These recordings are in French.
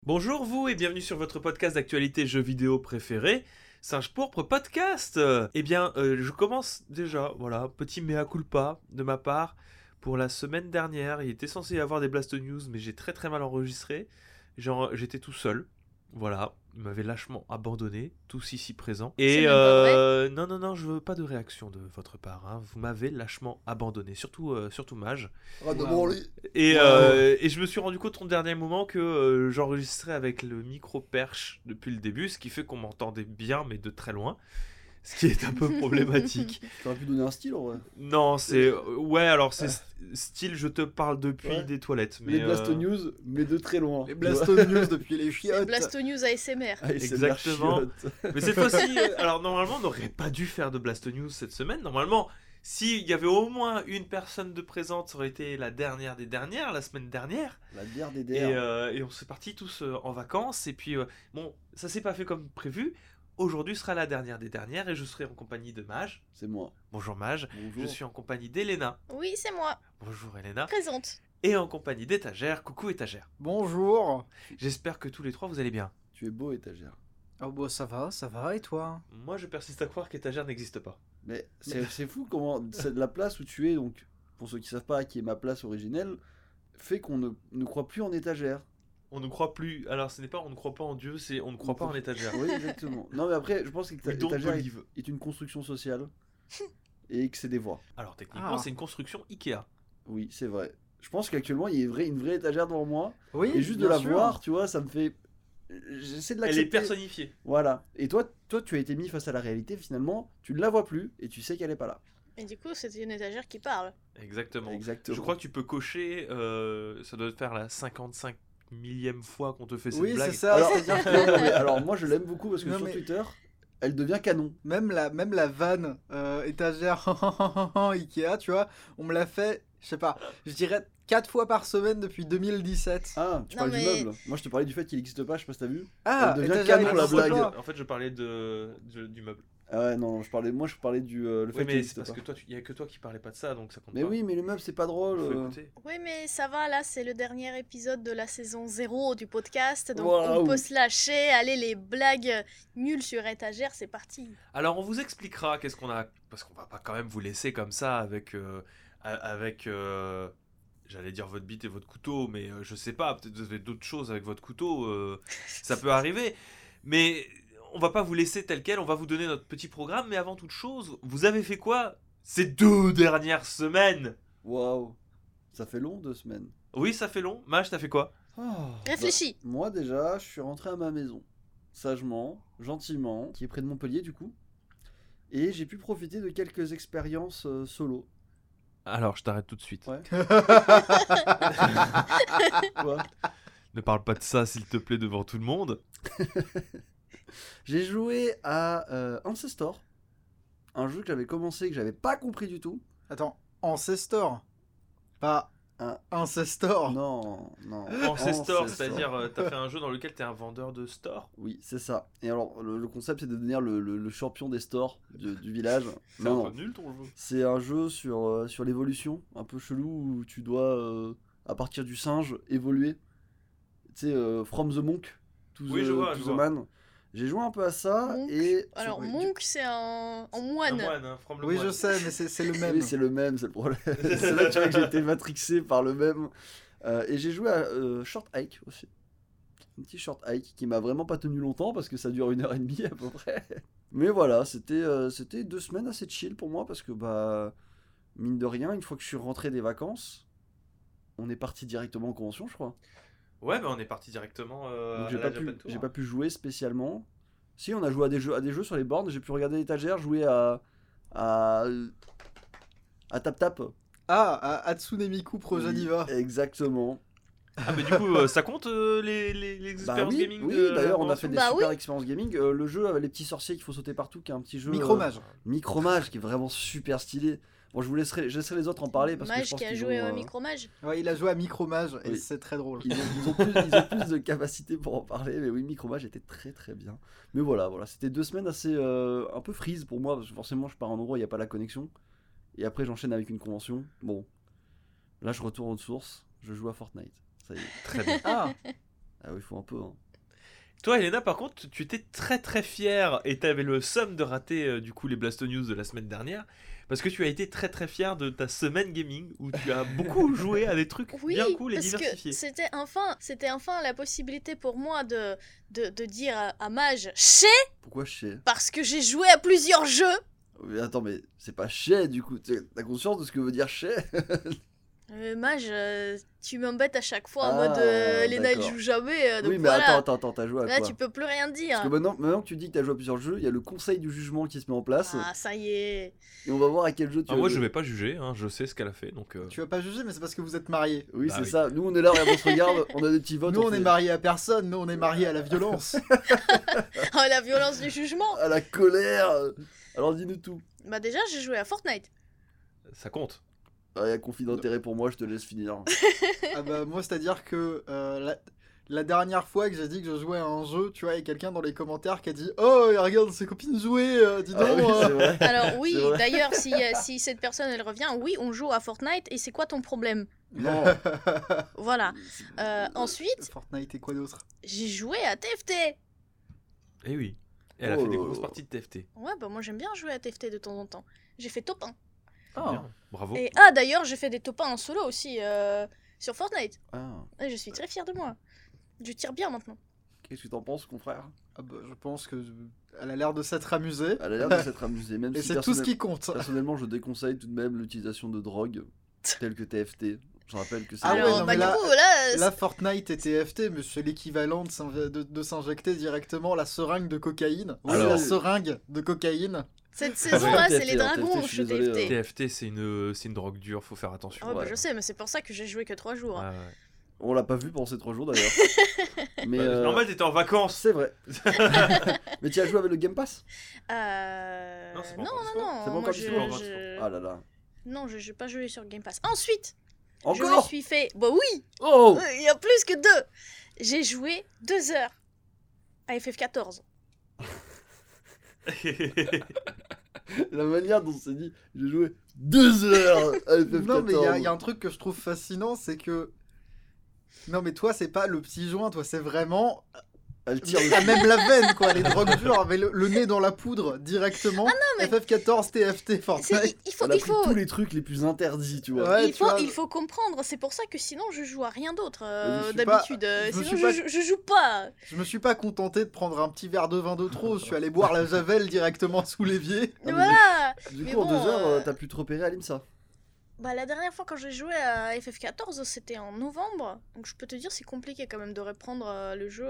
Bonjour vous et bienvenue sur votre podcast d'actualité jeux vidéo préféré, Singe Pourpre Podcast. Je commence déjà, voilà, petit mea culpa de ma part. Pour la semaine dernière, il était censé y avoir des Blast News, mais j'ai très mal enregistré. J'étais tout seul, voilà, il m'avait lâchement abandonné, tous ici présents. C'est même pas vrai. Non, je veux pas de réaction de votre part, hein. Vous m'avez lâchement abandonné, surtout Mage. Ah, de bon lit. Et je me suis rendu compte au dernier moment que j'enregistrais avec le micro perche depuis le début, ce qui fait qu'on m'entendait bien, mais de très loin. Ce qui est un peu problématique. Tu aurais pu donner un style en vrai. Non, c'est. Ouais, alors c'est style, je te parle depuis Ouais. des toilettes. Mais, Les Blast News, mais de très loin. Les Blasto News depuis les C'est chiottes. Blasto News ASMR. Ah, et c'est Exactement. de la chiotte. Mais cette fois-ci, alors normalement, on n'aurait pas dû faire de Blast News cette semaine. Normalement, s'il y avait au moins une personne de présente, ça aurait été la dernière des dernières, la semaine dernière. La bière des Et, DR. et on s'est partis tous en vacances. Et puis, bon, ça s'est pas fait comme prévu. Aujourd'hui sera la dernière des dernières et je serai en compagnie de Mage. C'est moi. Bonjour Mage. Bonjour. Je suis en compagnie d'Elena. Oui, c'est moi. Bonjour Elena. Présente. Et en compagnie d'Étagère. Coucou Étagère. Bonjour. J'espère que tous les trois vous allez bien. Tu es beau, étagère. Oh bah ça va, et toi? Moi je persiste à croire qu'Étagère n'existe pas. Mais c'est fou comment c'est de la place où tu es, donc, pour ceux qui savent pas, qui est ma place originelle, fait qu'on ne croit plus en étagère. On ne croit plus. Alors ce n'est pas on ne croit pas en Dieu, c'est on ne croit pas en Étagère. Oui, exactement. Non, mais après, je pense que We don't étagère believe. est une construction sociale et que c'est des voix. Alors techniquement Ah. c'est une construction Ikea. Oui, c'est vrai. Je pense qu'actuellement, il y a une vraie étagère devant moi. Oui, Et juste de bien la sûr. voir, tu vois, ça me fait. J'essaie de Elle est l'accepter. personnifiée. Voilà. Et toi, tu as été mis face à la réalité, finalement, tu ne la vois plus et tu sais qu'elle est pas là. Et du coup, c'était une étagère qui parle. Exactement. Exactement. Je crois que tu peux cocher, ça doit faire la 55 millième fois qu'on te fait cette Oui, blague. c'est ça. Alors, C'est-à-dire que non, mais alors, moi, je l'aime beaucoup parce que Non, sur mais- Twitter, elle devient canon. même la vanne étagère Ikea, tu vois, on me l'a fait, je sais pas, je dirais 4 fois par semaine depuis 2017. Ah, tu Non, parles du mais- meuble. Moi, je te parlais du fait qu'il n'existe pas, je sais pas si t'as vu. Ah, elle devient étagère canon, la n'existe blague. pas. En fait, je parlais du meuble. Ah ouais, non, je parlais du le fait Oui, qu'il mais c'est n'existe parce pas. que toi, il y a que toi qui parlais pas de ça, donc ça compte Mais pas. oui, mais le meuble, c'est pas drôle. Faut écouter. Oui, mais ça va, là, c'est le dernier épisode de la saison 0 du podcast. Donc, Waouh. on peut se lâcher. Allez, les blagues nulles sur étagère, c'est parti. Alors, on vous expliquera qu'est-ce qu'on a, parce qu'on va pas quand même vous laisser comme ça avec, j'allais dire votre bite et votre couteau, mais je sais pas, peut-être vous avez d'autres choses avec votre couteau, ça peut arriver. Mais on va pas vous laisser tel quel, on va vous donner notre petit programme. Mais avant toute chose, vous avez fait quoi ces 2 dernières semaines? Waouh. Ça fait long, 2 semaines. Oui, ça fait long. Mage, t'as fait quoi? Réfléchis. Moi déjà, je suis rentré à ma maison, sagement, gentiment, qui est près de Montpellier du coup, et j'ai pu profiter de quelques expériences solo. Alors, je t'arrête tout de suite. Ouais. Quoi. Ne parle pas de ça, s'il te plaît, devant tout le monde. J'ai joué à Ancestor, un jeu que j'avais commencé et que j'avais pas compris du tout. Attends, Ancestor, pas Ancestor. Non. Ancestor, c'est-à-dire, t'as fait un jeu dans lequel t'es un vendeur de store. Oui, c'est ça. Et alors, le concept, c'est de devenir le champion des stores du village. C'est Non, un peu non. nul ton jeu. C'est un jeu sur l'évolution, un peu chelou, où tu dois, à partir du singe, évoluer. Tu sais, From the Monk to Oui, the, je vois, to je the vois. Man. J'ai joué un peu à ça, Monk. et... Alors, sur- Monk, c'est un Un moine. moine, hein, From le Oui, moine. je sais, mais c'est le même. Oui, c'est le même, c'est le problème. C'est là que tu vois que j'ai été matrixé par le même. Et j'ai joué à Short Hike aussi. Un petit Short Hike qui m'a vraiment pas tenu longtemps parce que ça dure 1h30 à peu près. Mais voilà, c'était 2 semaines assez chill pour moi parce que, bah, mine de rien, une fois que je suis rentré des vacances, on est parti directement en convention, je crois. Ouais, mais on est parti directement Donc à j'ai la pas, Japan Tour. j'ai pas pu jouer spécialement. Si, on a joué à des jeux sur les bornes, j'ai pu regarder l'étagère, jouer à Tap Tap. Ah, à Hatsune Miku Progeniva. Exactement. Ah, mais du coup, ça compte les Bah expériences oui, gaming oui, de d'ailleurs la on a fait des Bah super oui. expériences gaming. Le jeu avec les petits sorciers qu'il faut sauter partout, qui est un petit jeu Micromage. Micromage qui est vraiment super stylé. Bon, je laisserai les autres en parler parce que je Mage pense qui a qu'ils joué ont, au Micromage. Ouais, il a joué à Micromage et Oui. c'est très drôle. ils ont plus de capacité pour en parler, mais oui, Micromage était très bien. Mais voilà, c'était 2 semaines assez un peu freeze pour moi parce que forcément je pars en endroit où il n'y a pas la connexion et après j'enchaîne avec une convention. Bon, là je retourne aux sources, je joue à Fortnite. Ça y est. Très bien. Ah, Ah oui, il faut un peu. Hein. Toi, Elena, par contre, tu étais très très fière et t'avais le somme de rater du coup les Blast News de la semaine dernière parce que tu as été très très fière de ta semaine gaming où tu as beaucoup joué à des trucs Oui, bien cool et parce diversifiés. que c'était enfin la possibilité pour moi de dire à Mage chez Pourquoi chier? parce que j'ai joué à plusieurs jeux. Mais attends, mais c'est pas chier du coup. T'as conscience de ce que veut dire chier? Mage, tu m'embêtes à chaque fois en Ah, mode Elena elle d'accord. joue jamais, donc Oui, mais voilà. attends, t'as joué à Là quoi? tu peux plus rien Parce dire. que maintenant que tu dis que t'as joué à plusieurs jeux, il y a le conseil du jugement qui se met en place. Ah ça y est. Et on va voir à quel jeu tu Ah, vas moi, jouer. je vais pas juger, hein, je sais ce qu'elle a fait, donc. Tu vas pas juger, mais c'est parce que vous êtes mariés. Oui, Bah c'est oui. ça. Nous, on est là, regarde, on se regarde, on a des petits votes. Nous, on fait est mariés à personne, nous, on est mariés à la violence. Oh la violence du jugement. à la colère. Alors dis-nous tout. Bah déjà j'ai joué à Fortnite. Ça compte. Ah, y a conflit d'intérêt pour moi, je te laisse finir. Ah bah, moi, c'est-à-dire que la dernière fois que j'ai dit que je jouais à un jeu, tu vois, il y a quelqu'un dans les commentaires qui a dit « Oh, regarde ses copines jouer, dis donc Ah oui, c'est vrai. Alors oui, C'est vrai. d'ailleurs si cette personne elle revient, oui on joue à Fortnite et c'est quoi ton problème? Non. Voilà. Ensuite Fortnite et quoi d'autre? j'ai joué à TFT. Eh oui. Elle a Oh fait des là grosses là. parties de TFT. Ouais bah moi j'aime bien jouer à TFT de temps en temps. J'ai fait top 1. Ah. Bien. Bravo. Et d'ailleurs j'ai fait des top 1 en solo aussi sur Fortnite. Ah. Et je suis très fière de moi. Je tire bien maintenant. Qu'est-ce que t'en penses, confrère? Ah bah, je pense que elle a l'air de s'être amusée. Elle a l'air de s'être amusée, même Et si c'est tout ce qui compte. personnellement, je déconseille tout de même l'utilisation de drogues telles que TFT. Je rappelle que c'est Ah ouais, Alors non, bah mais du là- coup là, Là, Fortnite et TFT, mais c'est l'équivalent de s'injecter directement la seringue de cocaïne. Oui, Alors- la seringue de cocaïne. cette saison là c'est TFT, les hein, dragons TFT, je suis chez désolé, TFT. TFT, c'est une drogue dure, faut faire attention. Ah bah Ouais. je sais mais c'est pour ça que j'ai joué que 3 jours. Ouais, ouais. On l'a pas vu pendant ces 3 jours d'ailleurs. Mais Bah, normal, t'étais en vacances. c'est vrai. Mais tu as joué avec le Game Pass? Non, c'est pas Non encore dispo. C'est pas moi encore je, dispo, encore je- Ah là là. Non, je n'ai pas joué sur Game Pass. Ensuite, je me Encore? suis fait. Bah oui, Oh! il y a plus que 2. J'ai joué 2 heures à FF14. La manière dont c'est dit, j'ai joué 2 heures à FF14. Non, mais il y a un truc que je trouve fascinant, c'est que. Non, mais toi, c'est pas le petit joint, toi, c'est vraiment. Elle tire le À même la veine, quoi, les drogues dures, avec le nez dans la poudre directement. mais- FF14, TFT, Fortnite. Il faut, Elle a il pris faut, tous les trucs les plus interdits, tu vois. Ouais, il tu faut, vois. il faut comprendre. C'est pour ça que sinon je joue à rien d'autre je suis d'habitude. je Sinon suis pas- je joue pas. Je me suis pas contenté de prendre un petit verre de vin de trop, je suis allé boire la javel directement sous l'évier. Ah, mais Voilà. Du Mais coup, en bon, 2 heures, t'as pu te repérer à l'IMSA. Bah la dernière fois quand j'ai joué à FF14 c'était en novembre. Donc je peux te dire c'est compliqué quand même de reprendre le jeu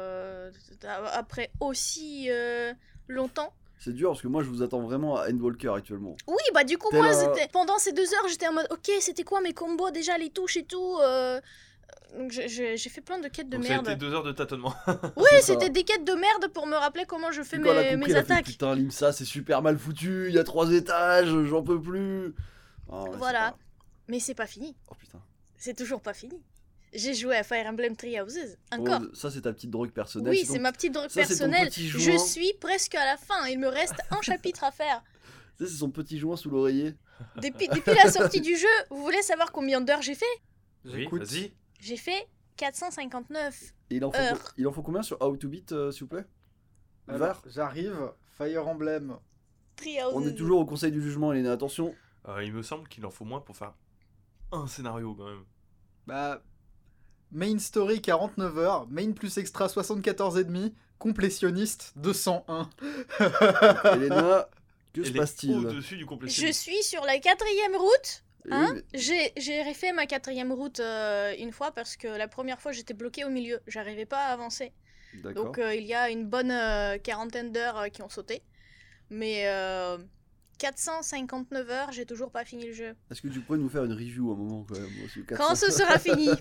après aussi longtemps. C'est dur parce que moi, je vous attends vraiment à Endwalker actuellement. Oui, bah du coup, Tel moi, un- pendant ces 2 heures, j'étais en mode, ok, c'était quoi mes combos déjà, les touches et tout. Donc j'ai fait plein de quêtes de Donc ça a été merde. 2 heures de tâtonnement. Oui, C'est ça. c'était des quêtes de merde pour me rappeler comment je fais Puis quand elle a mes, compris, mes elle a fait, attaques. putain, l'IMSA, c'est super mal foutu, il y a 3 étages, j'en peux plus. Ah, ouais, c'est Voilà. pas- Mais c'est pas fini. Oh putain. C'est toujours pas fini. J'ai joué à Fire Emblem Three Houses. Encore. Oh, ça, c'est ta petite drogue personnelle. Oui, ton- c'est ma petite drogue ça, c'est ton personnelle. petit Je joint. suis presque à la fin. Il me reste un chapitre à faire. Tu sais, c'est son petit joint sous l'oreiller. Depuis la sortie du jeu, vous voulez savoir combien d'heures j'ai fait? Oui, J'écoute. vas-y. J'ai fait 459. Et il en faut, Heure. il en faut combien sur How to Beat, s'il vous plaît? Alors, Var. j'arrive, Fire Emblem. Three Houses. On est toujours au conseil du jugement, Elena, attention. Il me semble qu'il en faut moins pour faire un scénario quand même. Bah, main story 49 heures, main plus extra 74,5, complétionniste 201. Elena, que se Elle est passe-t-il? au-dessus du complétion. Je suis sur la 4e route. Eh Hein oui, mais- J'ai refait ma 4e route une fois parce que la première fois j'étais bloquée au milieu. J'arrivais pas à avancer. D'accord. Donc il y a une bonne quarantaine d'heures qui ont sauté. Mais 459 heures, j'ai toujours pas fini le jeu. Est-ce que tu pourrais nous faire une review à un moment quand même parce que Quand 400 ce sera fini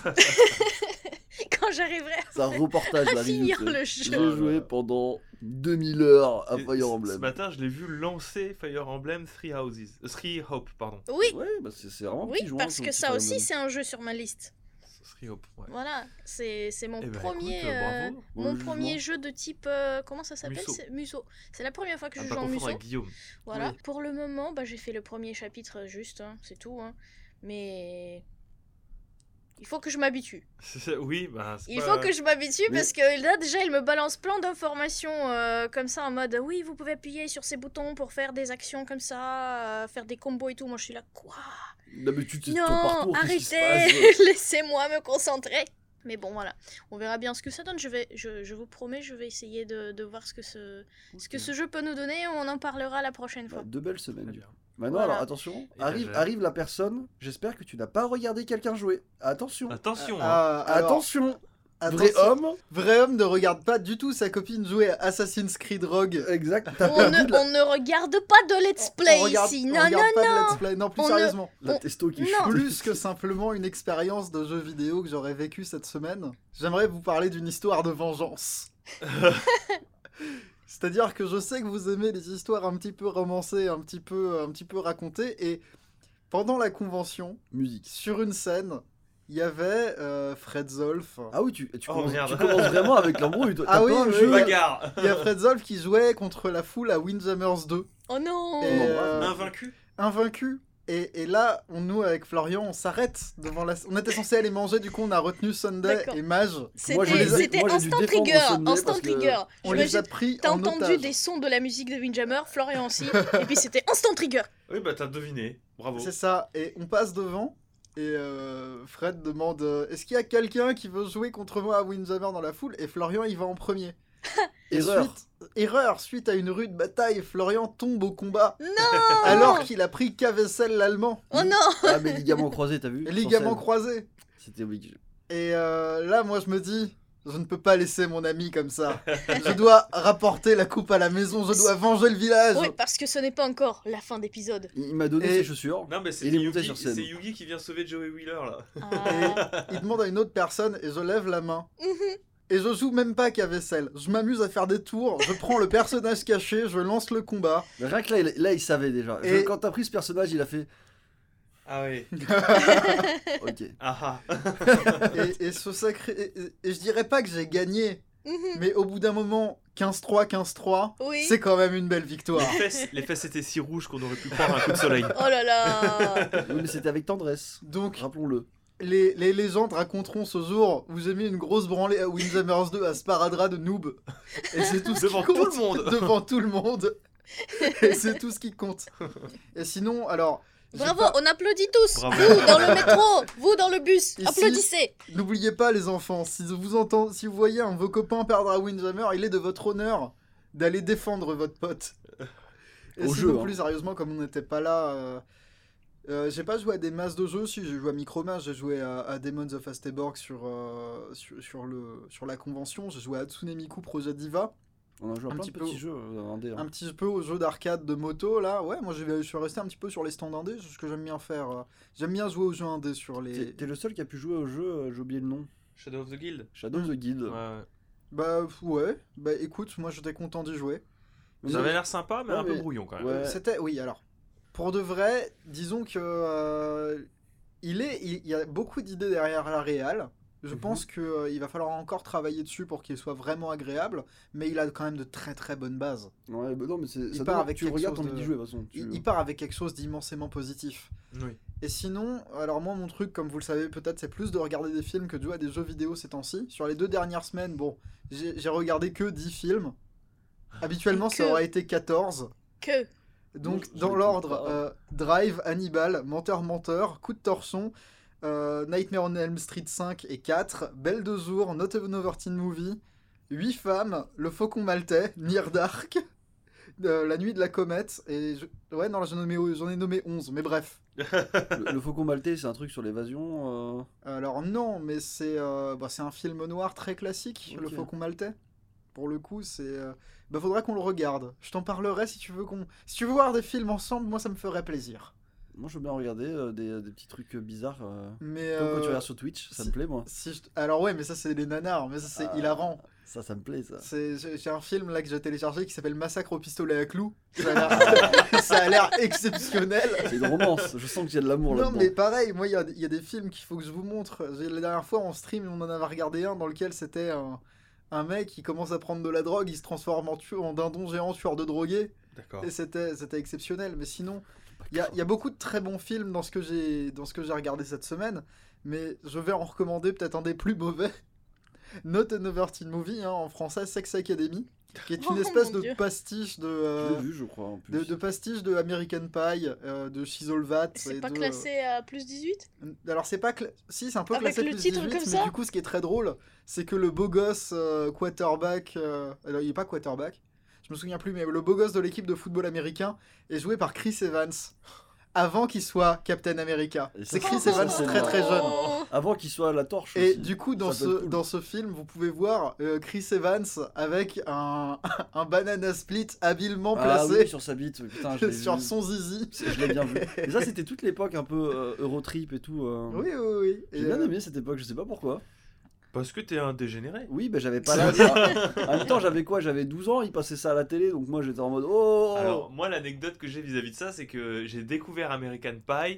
Quand j'arriverai C'est un reportage, à la review. finir tu sais. le J'ai jeu. joué pendant 2000 heures à Et Fire Ce Emblem. matin, je l'ai vu lancer Fire Emblem Three Hope, pardon. Oui, Ouais, bah c'est vraiment un oui, petit joint. parce ton que petit ça Fire aussi Emblem. c'est un jeu sur ma liste. Three Hope, ouais. Voilà, c'est mon Eh ben, premier écoute, bravo. mon Bon premier jugement. jeu de type comment ça s'appelle? Muso. C'est Muso. C'est la première fois que À je pas joue en confondre Muso. avec Guillaume. Voilà. Oui. Pour le moment, bah, j'ai fait le premier chapitre juste, hein, c'est tout. Hein. Mais Il faut que je m'habitue. Oui, bah. Il faut que je m'habitue Mais- parce que là, déjà, il me balance plein d'informations comme ça en mode oui, vous pouvez appuyer sur ces boutons pour faire des actions comme ça, faire des combos et tout. Moi, je suis là, quoi? D'habitude, c'est ton Non, parcours. qu'est-ce qui se arrêtez, passe laissez-moi me concentrer. Mais bon, voilà, on verra bien ce que ça donne. Je vous promets, je vais essayer de voir ce que ce jeu peut nous donner. On en parlera la prochaine fois. 2 belles semaines. Très du bien. coup. Maintenant, Voilà. alors attention, Et arrive, t'as- arrive la personne. J'espère que tu n'as pas regardé quelqu'un jouer. Attention, Attention, hein. Alors, attention, vrai attention. homme. Vrai homme ne regarde pas du tout sa copine jouer à Assassin's Creed Rogue. Exact. T'as On perdu ne, de la, on ne regarde pas de let's play ici. on Non, regarde non, pas de non. let's play. Non, plus On ne- sérieusement. la testo qui Non. chute. Plus que simplement une expérience de jeu vidéo que j'aurais vécu cette semaine, j'aimerais vous parler d'une histoire de vengeance. C'est-à-dire que je sais que vous aimez les histoires un petit peu romancées, un petit peu racontées, et pendant la convention, Musique. sur une scène, il y avait Fred Zolf. Ah oui, tu Oh, commences, merde. tu commences vraiment avec l'embrouille. Toi. Ah T'as oui, pas un oui, jeu. oui. Bagarre. Il y a Fred Zolf qui jouait contre la foule à Windjammers 2. Oh non. Et, Invaincu. invaincu. Et là, nous, avec Florian, on s'arrête devant la... On était censé aller manger, du coup, on a retenu Sunday D'accord. et Mage. Moi, je C'était les ai- c'était moi, j'ai dû instant défendre trigger. Sunday Instant parce que trigger. On les a J'imagine- pris T'as en entendu otage. des sons de la musique de Windjammer, Florian aussi, et puis c'était instant trigger. Oui, bah t'as deviné. Bravo. C'est ça. Et on passe devant. Et Fred demande est-ce qu'il y a quelqu'un qui veut jouer contre moi à Windjammer dans la foule? Et Florian, il va en premier. Et Erreur. suite à une rude bataille, Florian tombe au combat. Non. Alors qu'il a pris Cavessel l'allemand. Oh non. Ah, mais ligament croisé, t'as vu Et sur ligament scène. croisé. C'était obligé. Et là, moi, je me dis, je ne peux pas laisser mon ami comme ça. Je dois rapporter la coupe à la maison. Je dois venger le village. Oui, parce que ce n'est pas encore la fin d'épisode. Il m'a donné Et- ses chaussures. Non, mais c'est Il est monté Yugi, sur scène. c'est Yugi qui vient sauver Joey Wheeler là. Ah. Il demande à une autre personne et je lève la main. Mhm. Et je joue même pas qu'à vaisselle. Je m'amuse à faire des tours. Je prends le personnage caché. Je lance le combat. Mais rien que là, il savait déjà. Et- Quand t'as pris ce personnage, il a fait Ah oui. ok. Ah ah. et ce sacré. Et je dirais pas que j'ai gagné. Mhm. Mais au bout d'un moment, 15-3, 15-3, Oui. c'est quand même une belle victoire. Les fesses étaient si rouges qu'on aurait pu prendre un coup de soleil. Oh là là. Oui, mais c'était avec tendresse. Donc, Rappelons-le. les légendes raconteront ce jour où j'ai mis une grosse branlée à Windjammers 2 à Sparadra de noob. Et c'est tout ce Devant qui compte. tout le monde. Devant tout le monde. Et c'est tout ce qui compte. Et sinon, alors... j'ai Bravo, pas- on applaudit tous. Bravo. Vous dans le métro, vous dans le bus, Ici- applaudissez. N'oubliez pas les enfants, si vous voyez un de vos copains perdre à Windjammer, il est de votre honneur d'aller défendre votre pote. Et Au sinon, jeu, hein. plus sérieusement, comme on n'était pas là, j'ai pas joué à des masses de jeux, si j'ai joué à Micromass, j'ai joué à Demons of Asteborg sur la convention, j'ai joué à Hatsune Miku Projet Diva, On a joué à Un plein petit de peu. petits jeux indés. hein. un petit peu aux jeux d'arcade de moto, là, ouais, moi je suis resté un petit peu sur les stands indés, c'est ce que j'aime bien faire. J'aime bien jouer aux jeux indés sur les... T'es le seul qui a pu jouer au jeu, j'ai oublié le nom. Shadow of the Guild. Shadow of the Guild. Ouais. Bah ouais, bah écoute, moi j'étais content d'y jouer. Ça avait l'air sympa, mais Ouais, un peu mais- brouillon quand même. Ouais. C'était, oui, alors, pour de vrai, disons que il y a beaucoup d'idées derrière la réal. Je Mhm. pense qu'il va falloir encore travailler dessus pour qu'il soit vraiment agréable, mais il a quand même de très très bonnes bases. Ouais, bah non, mais Il ça part donne- avec tu quelque regardes chose ton envie de- d'y jouer, de toute façon. Il part avec quelque chose d'immensément positif. Oui. Et sinon, alors moi mon truc, comme vous le savez peut-être, c'est plus de regarder des films que de jouer à des jeux vidéo ces temps-ci. Sur les 2 dernières semaines, bon, j'ai regardé que 10 films. Habituellement, ça Que- aurait été 14. Que Donc, Je dans l'écoute l'ordre, pas. Drive, Hannibal, Menteur, Coup de torchon, Nightmare on Elm Street 5 et 4, Belle de jour, Not an Overteen Movie, 8 femmes, Le Faucon Maltais, Near Dark, La Nuit de la Comète, et... Ouais, non, j'en ai nommé 11, mais bref. Le Faucon Maltais, c'est un truc sur l'évasion. Alors non, mais c'est un film noir très classique, Ok. Le Faucon Maltais. Pour le coup, c'est... faudra qu'on le regarde. Je t'en parlerai si tu veux Si tu veux voir des films ensemble, moi ça me ferait plaisir. Moi, je veux bien regarder des petits trucs bizarres. Mais Comme quand tu regardes sur Twitch, ça me plaît, moi. Alors ouais, mais ça c'est des nanars, mais ça c'est Ah. hilarant. Ça me plaît, ça. J'ai un film là que j'ai téléchargé qui s'appelle Massacre au pistolet à clous. Ça a l'air- ça a l'air exceptionnel. C'est une romance. Je sens qu'il y a de l'amour Non là-dedans. mais pareil, moi il y a des films qu'il faut que je vous montre. La dernière fois en stream, on en avait regardé un dans lequel c'était un mec qui commence à prendre de la drogue, il se transforme en dindon géant tueur de drogués. D'accord. Et c'était exceptionnel. Mais sinon, il y a beaucoup de très bons films dans ce que j'ai regardé cette semaine. mais je vais en recommander peut-être un des plus mauvais. Not Another Teen Movie, hein, en français Sex Academy, qui est une Oh, espèce mon de Dieu. pastiche Je l'ai vu, je crois, en plus. de pastiche de American Pie, de Shizzolvat. C'est et pas de- classé à plus 18? Alors c'est pas si c'est un peu Avec classé le plus titre 18, comme mais ça du coup ce qui est très drôle, c'est que le beau gosse quarterback, alors il est pas quarterback, je me souviens plus, mais le beau gosse de l'équipe de football américain est joué par Chris Evans avant qu'il soit Captain America. Et ça, C'est Chris c'est Evans c'est très très jeune. Oh. Avant qu'il soit à la torche Et aussi. du coup, Ça peut être cool. dans ce film, vous pouvez voir Chris Evans avec un banana split habilement Ah placé oui, sur sa bite, oui, putain, je l'ai sur vu. son zizi. Je l'ai bien vu. Et ça, c'était toute l'époque un peu Eurotrip et tout. Oui, oui, oui. J'ai Et, bien aimé cette époque, je sais pas pourquoi. Parce que t'es un dégénéré. Oui, bah j'avais pas l'âge. En même temps, j'avais quoi? J'avais 12 ans, il passait ça à la télé, donc moi j'étais en mode oh. Alors, moi, l'anecdote que j'ai vis-à-vis de ça, c'est que j'ai découvert American Pie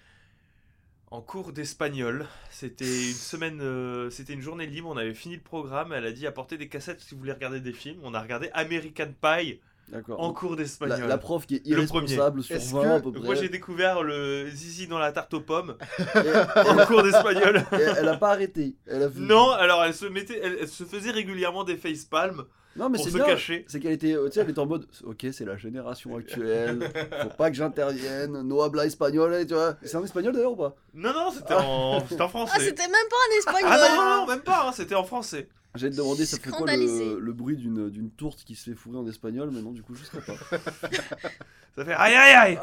en cours d'espagnol. C'était une semaine, c'était une journée libre, on avait fini le programme, elle a dit apportez des cassettes si vous voulez regarder des films. On a regardé American Pie D'accord. en cours d'espagnol. La prof qui est Le irresponsable sur Est-ce 20 que- à peu Donc près. moi j'ai découvert le zizi dans la tarte aux pommes Et- en cours d'espagnol. et elle a pas arrêté. Elle a fait- Non, alors elle se faisait régulièrement des facepalms Non, mais pour c'est se bien. cacher. C'est qu'elle était, tu sais, elle était en mode, ok, c'est la génération actuelle, faut pas que j'intervienne, no habla espagnol, tu vois. C'est en espagnol d'ailleurs ou pas? Non, non, c'était en français. Ah, c'était même pas en espagnol. Ah non, non, non, même pas, hein, c'était en français. J'allais te demander, ça fait quoi Scandalisé. le bruit d'une tourte qui se fait fourrer en espagnol, mais non, du coup, je serais pas. Ça fait aïe aïe aïe.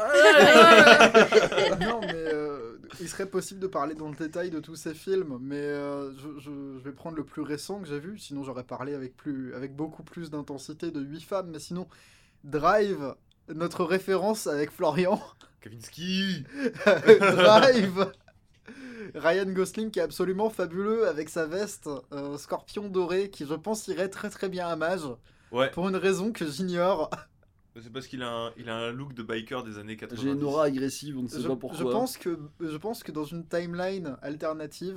non, mais il serait possible de parler dans le détail de tous ces films, mais je vais prendre le plus récent que j'ai vu, sinon j'aurais parlé avec beaucoup plus d'intensité de 8 femmes, mais sinon, Drive, notre référence avec Florian, Kavinsky. Drive, Ryan Gosling qui est absolument fabuleux avec sa veste scorpion doré qui je pense irait très très bien à Mage, Ouais, pour une raison que j'ignore. c'est parce qu'il a un look de biker des années 90. J'ai une aura agressive, on ne sait pas pourquoi. Je pense que dans une timeline alternative,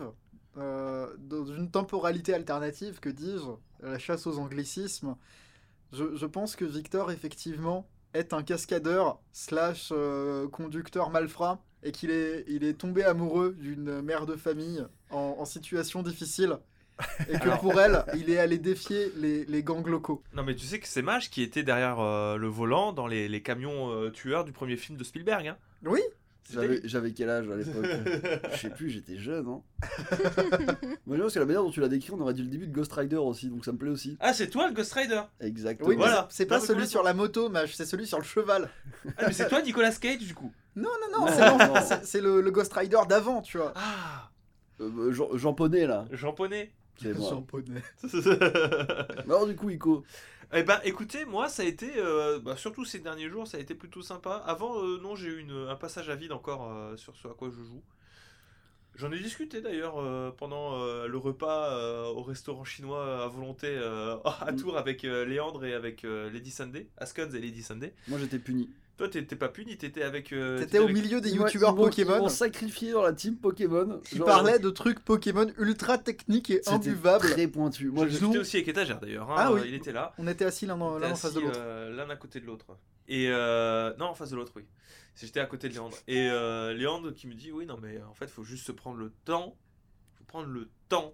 dans une temporalité alternative, que dis-je, la chasse aux anglicismes, je pense que Victor, effectivement, est un cascadeur slash conducteur malfrat et qu'il est tombé amoureux d'une mère de famille en situation difficile. Et que Alors- pour elle, il est allé défier les gangs locaux. Non mais tu sais que c'est Mage qui était derrière le volant dans les camions tueurs du premier film de Spielberg. Hein. Oui, C'était lui. J'avais quel âge à l'époque? Je sais plus, j'étais jeune, hein. Moi, je pense que la manière dont tu l'as décrit, on aurait dit le début de Ghost Rider aussi, donc ça me plaît aussi. Ah, c'est toi le Ghost Rider. Exactement. oui, mais Voilà. c'est pas Non, mais celui complètement. sur la moto, Mage, c'est celui sur le cheval. Ah, mais c'est toi Nicolas Cage du coup. Non, Non, c'est non. c'est le Ghost Rider d'avant, tu vois. Ah, Jean Poney, là. Jean Poney. C'est moi. Japonais. Alors, du coup, Ico. Eh ben, écoutez, moi, ça a été, surtout ces derniers jours, ça a été plutôt sympa. Avant, non, j'ai eu un passage à vide encore sur ce à quoi je joue. J'en ai discuté d'ailleurs pendant le repas au restaurant chinois à volonté à Tours avec Léandre et avec Lady Sunday, Askons et Lady Sunday. Moi, j'étais puni. Toi, t'étais pas puni, t'étais avec. T'étais au milieu des Ils m'ont- youtubeurs ils m'ont Pokémon sacrifié dans la team Pokémon. qui Genre, parlaient de trucs Pokémon ultra techniques et c'était imbuvables. très pointu. Moi, Moi, je j'étais aussi avec étagère d'ailleurs. Hein, Ah oui. Il était là. On était assis l'un On était en face de assis, l'autre. l'un à côté de l'autre. Et non, en face de l'autre, oui. J'étais à côté de Léandre. Et Léandre qui me dit oui, non, mais en fait, faut juste se prendre le temps. Faut prendre le temps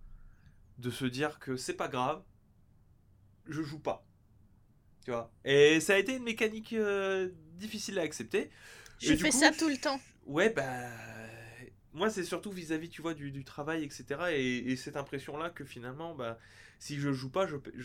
de se dire que c'est pas grave. Je joue pas. Tu vois. Et ça a été une mécanique difficile à accepter. Je Et du fais coup, ça tout le temps. Ouais, bah. Moi, c'est surtout vis-à-vis, tu vois, du travail, etc. Et cette impression-là que finalement, bah, si je joue pas,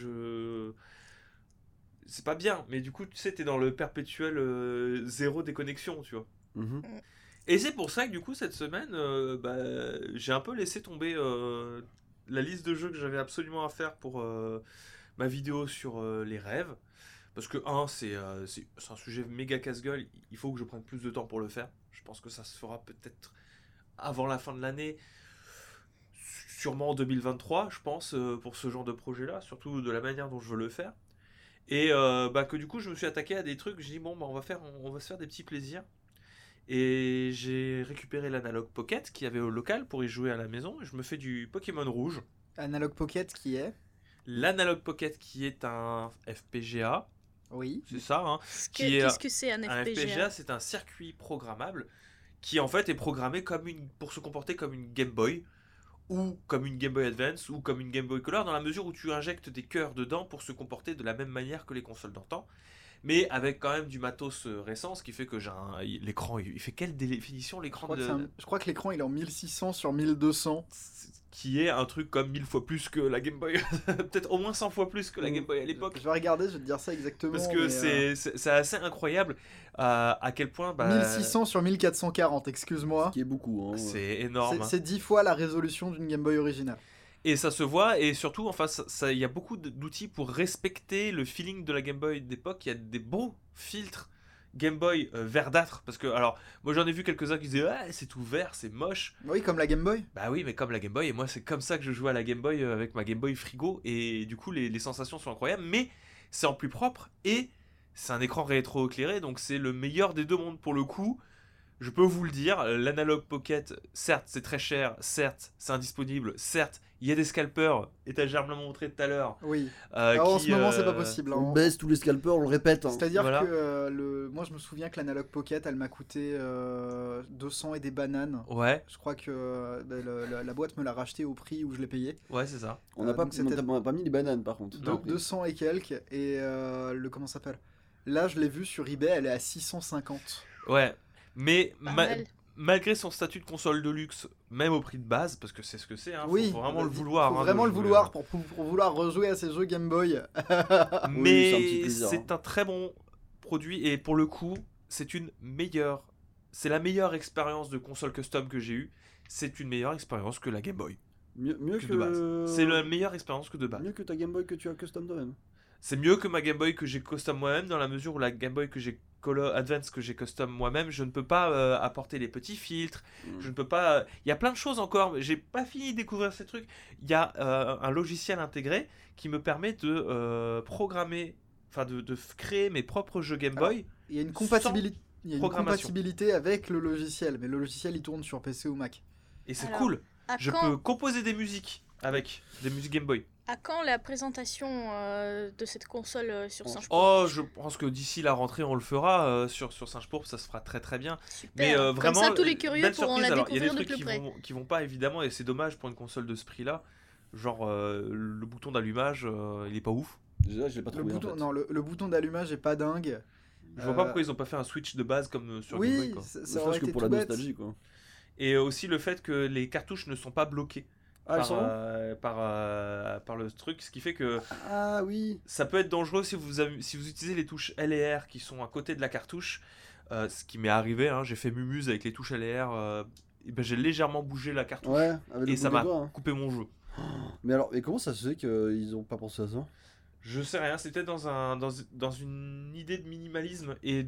c'est pas bien. Mais du coup, tu sais, t'es dans le perpétuel zéro déconnexion, tu vois. Mhm. Et c'est pour ça que du coup, cette semaine, j'ai un peu laissé tomber la liste de jeux que j'avais absolument à faire pour ma vidéo sur les rêves. Parce que, c'est un sujet méga casse-gueule, il faut que je prenne plus de temps pour le faire. Je pense que ça se fera peut-être avant la fin de l'année, sûrement en 2023, je pense, pour ce genre de projet-là, surtout de la manière dont je veux le faire. Et que du coup, je me suis attaqué à des trucs, j'ai dit, bon, on va se faire des petits plaisirs. Et j'ai récupéré l'Analog Pocket qu'il y avait au local pour y jouer à la maison, et je me fais du Pokémon rouge. Analog Pocket qui est L'Analog Pocket qui est un FPGA, Oui. c'est ça, hein. Qu'est-ce Qui est qu'est-ce que c'est un Un FPGA? FPGA, c'est un circuit programmable qui en fait est programmée pour se comporter comme une Game Boy, ou comme une Game Boy Advance, ou comme une Game Boy Color, dans la mesure où tu injectes des cœurs dedans pour se comporter de la même manière que les consoles d'antan, mais avec quand même du matos récent, ce qui fait que l'écran, il fait quelle définition l'écran Je crois que l'écran il est en 1600 sur 1200. Qui est un truc comme 1000 fois plus que la Game Boy, peut-être au moins 100 fois plus que la Game Boy à l'époque. Je vais regarder, je vais te dire ça exactement. Parce que c'est assez incroyable à quel point... 1600 sur 1440, excuse-moi. Ce qui est beaucoup. Hein. C'est énorme. C'est 10 fois la résolution d'une Game Boy originale. Et ça se voit, et surtout, enfin, il y a beaucoup d'outils pour respecter le feeling de la Game Boy d'époque. Il y a des beaux filtres Game Boy verdâtre, parce que, alors, moi j'en ai vu quelques-uns qui disaient ah, c'est tout vert, c'est moche. Oui, comme la Game Boy. Bah oui, mais comme la Game Boy, et moi c'est comme ça que je jouais à la Game Boy avec ma Game Boy frigo, et du coup les sensations sont incroyables, mais c'est en plus propre, et c'est un écran rétro-éclairé, donc c'est le meilleur des deux mondes pour le coup. Je peux vous le dire, l'Analog Pocket, certes c'est très cher, certes c'est indisponible, certes il y a des scalpers, et t'as germement montré tout à l'heure. Oui. En ce moment c'est pas possible. On baisse tous les scalpers, on le répète. Hein. C'est-à-dire Voilà. que moi je me souviens que l'Analog Pocket elle m'a coûté 200 et des bananes. Ouais, Je crois que la boîte me l'a racheté au prix où je l'ai payé. ouais c'est ça. On n'a pas, donc c'était- on n'a pas mis les bananes par contre. Non. 200 et quelques. Et comment ça s'appelle? Là je l'ai vu sur eBay, elle est à 650. Ouais, mais Pas mal. malgré son statut de console de luxe, même au prix de base, parce que c'est ce que c'est, hein, Oui, faut vraiment le vouloir. Faut hein, vraiment de le jouer, vouloir pour vouloir rejouer à ces jeux Game Boy. Oui, c'est un petit Mais plaisir, c'est un très bon produit, et pour le coup, c'est la meilleure expérience de console custom que j'ai eue. C'est une meilleure expérience que la Game Boy, Mieux que que de base. C'est la meilleure expérience que de base. Mieux que ta Game Boy que tu as custom toi-même. C'est mieux que ma Game Boy que j'ai custom moi-même, dans la mesure où la Game Boy que j'ai Advance que j'ai custom moi-même, je ne peux pas apporter les petits filtres, je ne peux pas... Il y a plein de choses encore, j'ai pas fini de découvrir ces trucs. Il y a un logiciel intégré qui me permet de programmer, enfin de créer mes propres jeux Game Boy. Il y a une compatibilité. Il y a une programmation. compatibilité avec le logiciel, mais le logiciel il tourne sur PC ou Mac. Et c'est Alors, cool. À Je quand, peux composer des musiques avec des musiques Game Boy. à quand la présentation de cette console sur Singe Oh, je pense que d'ici la rentrée, on le fera sur Singe Pourpre, ça se fera très très bien. Super. Mais Comme vraiment, ça, tous les curieux belle pourront surprise. la Alors, il y a des découvrir de trucs plus près. qui vont pas évidemment, et c'est dommage pour une console de ce prix-là. Genre le bouton d'allumage, il est pas ouf. Déjà, je l'ai pas Le trouvé. bouton, en fait. non, le bouton d'allumage est pas dingue. Je vois pas pourquoi ils ont pas fait un switch de base comme sur Game Boy. Oui, Quoi. ça Ne aurait serait-ce que été pour tout la bête. nostalgie quoi. Et aussi le fait que les cartouches ne sont pas bloquées Ah, elles par, sont où par le truc, ce qui fait que Ah oui. ça peut être dangereux si vous utilisez les touches L et R qui sont à côté de la cartouche. Ce qui m'est arrivé, hein, j'ai fait mumuse avec les touches L et R. Et ben, j'ai légèrement bougé la cartouche Ouais, avec le et ça bout des m'a doigts, hein. coupé mon jeu. Mais alors, et comment ça se fait qu'ils ont pas pensé à ça? Je sais rien, c'est peut-être dans une idée de minimalisme et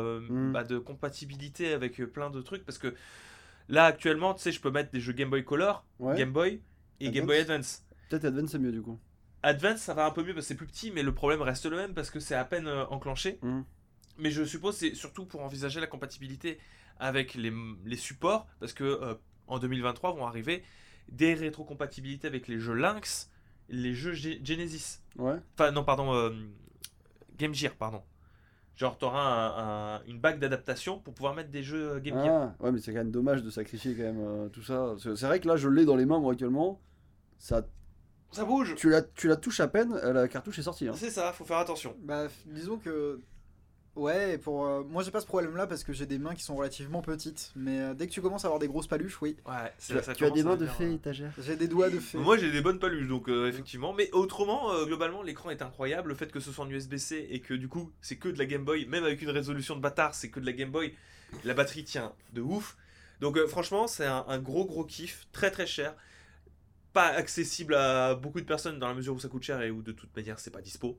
de compatibilité avec plein de trucs. Parce que là, actuellement, tu sais, je peux mettre des jeux Game Boy Color, Ouais. Game Boy et Game Boy Advance. Peut-être Advance c'est mieux du coup. Advance, ça va un peu mieux parce que c'est plus petit, mais le problème reste le même parce que c'est à peine enclenché. Mhm. Mais je suppose c'est surtout pour envisager la compatibilité avec les supports, parce que en 2023 vont arriver des rétrocompatibilités avec les jeux Lynx, les jeux Genesis. Ouais. Enfin non, pardon, Game Gear, pardon. Genre t'auras une bague d'adaptation pour pouvoir mettre des jeux Game Gear. Ah, ouais, mais c'est quand même dommage de sacrifier quand même tout ça. Parce que c'est vrai que là, je l'ai dans les mains moi actuellement. Ça, Ça bouge. tu la touches à peine, la cartouche est sortie. Hein. C'est ça, faut faire attention. Bah, disons que. Ouais, moi j'ai pas ce problème là parce que j'ai des mains qui sont relativement petites. Mais dès que tu commences à avoir des grosses paluches, oui. Ouais, Tu as des mains de fée fée. étagère. J'ai des doigts de fée. Moi j'ai des bonnes paluches donc effectivement, mais autrement globalement l'écran est incroyable, le fait que ce soit en USB-C et que du coup c'est que de la Game Boy, même avec une résolution de bâtard c'est que de la Game Boy, la batterie tient de ouf, donc franchement c'est un gros kiff, très très cher, pas accessible à beaucoup de personnes dans la mesure où ça coûte cher et où de toute manière c'est pas dispo,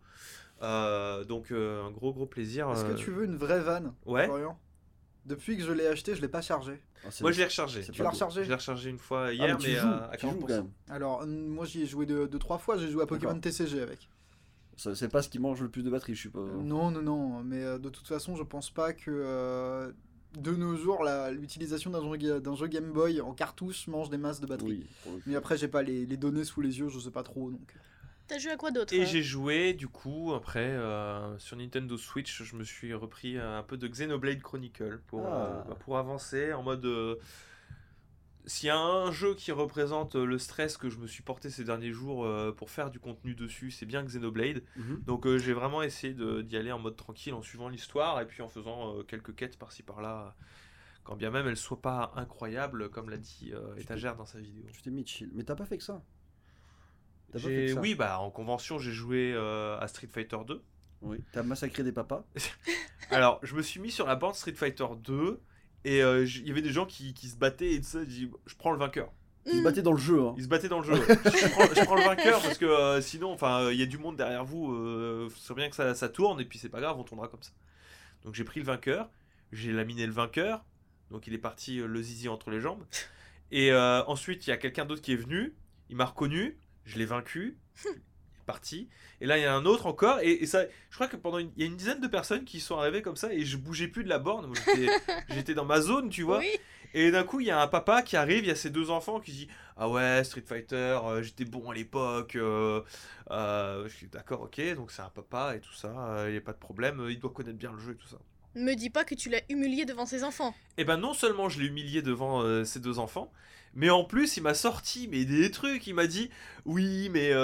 donc un gros plaisir. Est-ce que tu veux une vraie vanne, Ouais. Florian? Depuis que je l'ai acheté, je l'ai pas chargé. Ah, c'est- Moi je l'ai rechargé, c'est Tu l'as pas beau. rechargé? je l'ai rechargé une fois Ah, hier mais tu mais joues, à tu joues 40%. quand même. Alors, moi j'y ai joué deux, trois fois, j'ai joué à Pokémon D'accord. TCG avec. C'est pas ce qui mange le plus de batterie, je suppose. Non, mais de toute façon, je pense pas que de nos jours, l'utilisation d'un jeu Game Boy en cartouche mange des masses de batterie. Oui. pour le coup. Mais après, j'ai pas les données sous les yeux, je sais pas trop. Donc. T'as joué à quoi d'autre Et j'ai joué, du coup, après, sur Nintendo Switch, je me suis repris un peu de Xenoblade Chronicle pour avancer en mode... s'il y a un jeu qui représente le stress que je me suis porté ces derniers jours pour faire du contenu dessus, c'est bien Xenoblade. Donc j'ai vraiment essayé d'y aller en mode tranquille, en suivant l'histoire, et puis en faisant quelques quêtes par-ci par-là, quand bien même elles ne soient pas incroyables, comme l'a dit Étagère dans sa vidéo. Tu t'es mis chill. Mais t'as pas fait que ça. T'as pas fait que ça. Oui, bah en convention, j'ai joué à Street Fighter 2. Oui. T'as massacré des papas. Alors, je me suis mis sur la bande Street Fighter 2, et il y avait des gens qui se battaient, et tout ça, j'ai dit, je prends le vainqueur. Ils se battaient dans le jeu. Hein. Ils se battaient dans le jeu. je prends le vainqueur parce que sinon, il y a du monde derrière vous. C'est bien que ça tourne et puis c'est pas grave, on tournera comme ça. Donc j'ai pris le vainqueur, j'ai laminé le vainqueur, donc il est parti le zizi entre les jambes. Et ensuite il y a quelqu'un d'autre qui est venu, il m'a reconnu, je l'ai vaincu, il est parti. Et là il y a un autre encore et ça, je crois que il y a une dizaine de personnes qui sont arrivées comme ça et je bougeais plus de la borne. Moi, j'étais dans ma zone, tu vois. Oui. Et d'un coup, il y a un papa qui arrive, il y a ses deux enfants qui dit ah ouais, Street Fighter, j'étais bon à l'époque. Je suis d'accord, ok, donc c'est un papa et tout ça, il n'y a pas de problème, il doit connaître bien le jeu et tout ça. Me dis pas que tu l'as humilié devant ses enfants. Et ben non seulement je l'ai humilié devant ses deux enfants, mais en plus il m'a sorti des trucs, il m'a dit oui, mais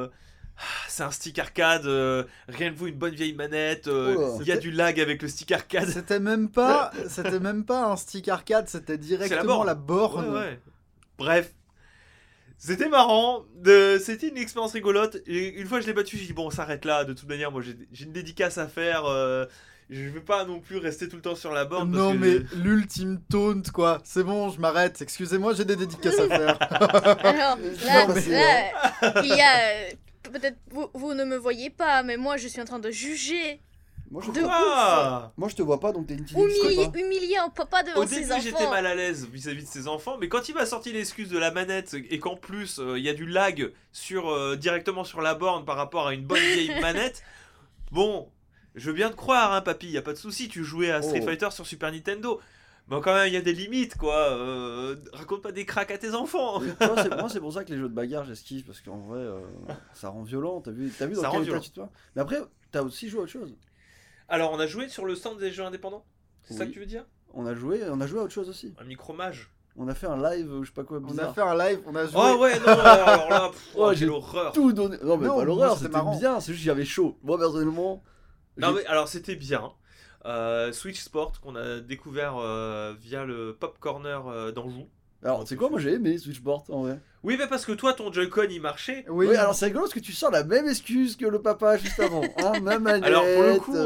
c'est un stick arcade, rien ne vaut une bonne vieille manette, il y a du lag avec le stick arcade. C'était même pas un stick arcade, c'était directement la borne. Ouais. Bref, c'était marrant, c'était une expérience rigolote. Et une fois je l'ai battu, j'ai dit bon, on s'arrête là. De toute manière, moi j'ai une dédicace à faire. Je vais pas non plus rester tout le temps sur la borne. Non mais l'ultime taunt quoi. C'est bon, je m'arrête. Excusez-moi, j'ai des dédicaces à faire. Alors là, Non, mais- là, il y a peut-être vous ne me voyez pas, mais moi je suis en train de juger, Moi je, De moi, je te vois pas, donc t'es une petite humilier un papa devant Au ses début, enfants. j'étais mal à l'aise vis-à-vis de ses enfants, mais quand il m'a sorti l'excuse de la manette et qu'en plus il y a du lag directement sur la borne par rapport à une bonne vieille manette, bon, je veux bien te croire, hein, papy, y a pas de souci, tu jouais à Street Oh. Fighter sur Super Nintendo. Mais quand même, il y a des limites, quoi. Raconte pas des cracks à tes enfants. Moi, c'est pour ça que les jeux de bagarre, j'esquive, parce qu'en vrai, ça rend violent. T'as vu Ça dans rend quel état violent. tu te vois. Mais après, t'as aussi joué à autre chose. Alors, on a joué sur le stand des jeux indépendants. C'est ça Oui. que tu veux dire? On a joué à autre chose aussi. Un micromage. On a fait un live, je sais pas quoi, On bizarre. a fait un live, on a joué. Oh ouais, non, alors là, Oh, quelle j'ai horreur. Tout donné. Non, mais Non, pas moi, l'horreur, c'était c'était marrant. bien. C'est juste que j'avais chaud. Moi, personnellement. Non, j'ai- mais alors c'était bien. Switch Sport qu'on a découvert via le Pop Corner d'Anjou. Alors, c'est quoi, moi j'ai aimé Switchport en vrai. Oui, mais parce que toi, ton Joy-Con il marchait. Oui, Oui, alors c'est rigolo parce que tu sors la même excuse que le papa juste avant. Hein, même manette. Alors pour le coup,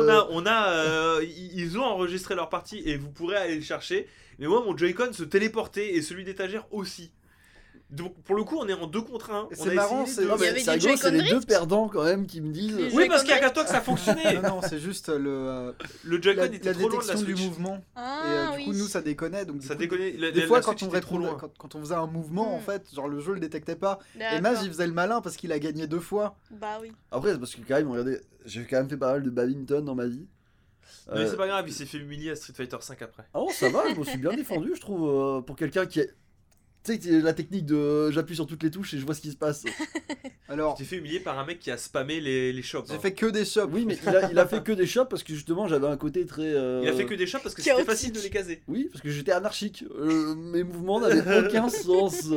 ils ont enregistré leur partie et vous pourrez aller le chercher. Mais moi, mon Joy-Con se téléportait et celui d'étagère aussi. Donc pour le coup, on est en 2 contre 1. C'est marrant, c'est- Non, Il y mais avait c'est du rigolo, c'est Joy-Con les deux Drift perdants quand même qui me disent. Les Oui, parce qu'il y a Joy-Con qu'à toi que ça fonctionnait. non, c'est juste Le Joy-Con la était trop loin de la détection du Switch. mouvement. Ah, et du coup, oui. nous, ça déconnait. Donc, du Ça coup, déconnait. Des fois, la quand Switch on, était trop loin. quand on faisait un mouvement, en Mm. fait, genre le jeu le détectait pas. Et D'accord. Maz, il faisait le malin parce qu'il a gagné 2 fois. Bah oui. Après, c'est parce que quand même, regardez, j'ai quand même fait pas mal de badminton dans ma vie. Mais c'est pas grave, il s'est fait humilier à Street Fighter 5 après. Ah non, ça va, je me suis bien défendu, je trouve, pour quelqu'un qui est. Tu sais, la technique de j'appuie sur toutes les touches et je vois ce qui se passe. Alors, Tu t'es fait humilier par un mec qui a spammé les shops. j'ai hein. fait que des shops. Oui, mais il a fait que des shops parce que justement j'avais un côté très. Il a fait que des shops parce que Chaotique. c'était facile de les caser. Oui, parce que j'étais anarchique. Mes mouvements n'avaient aucun sens.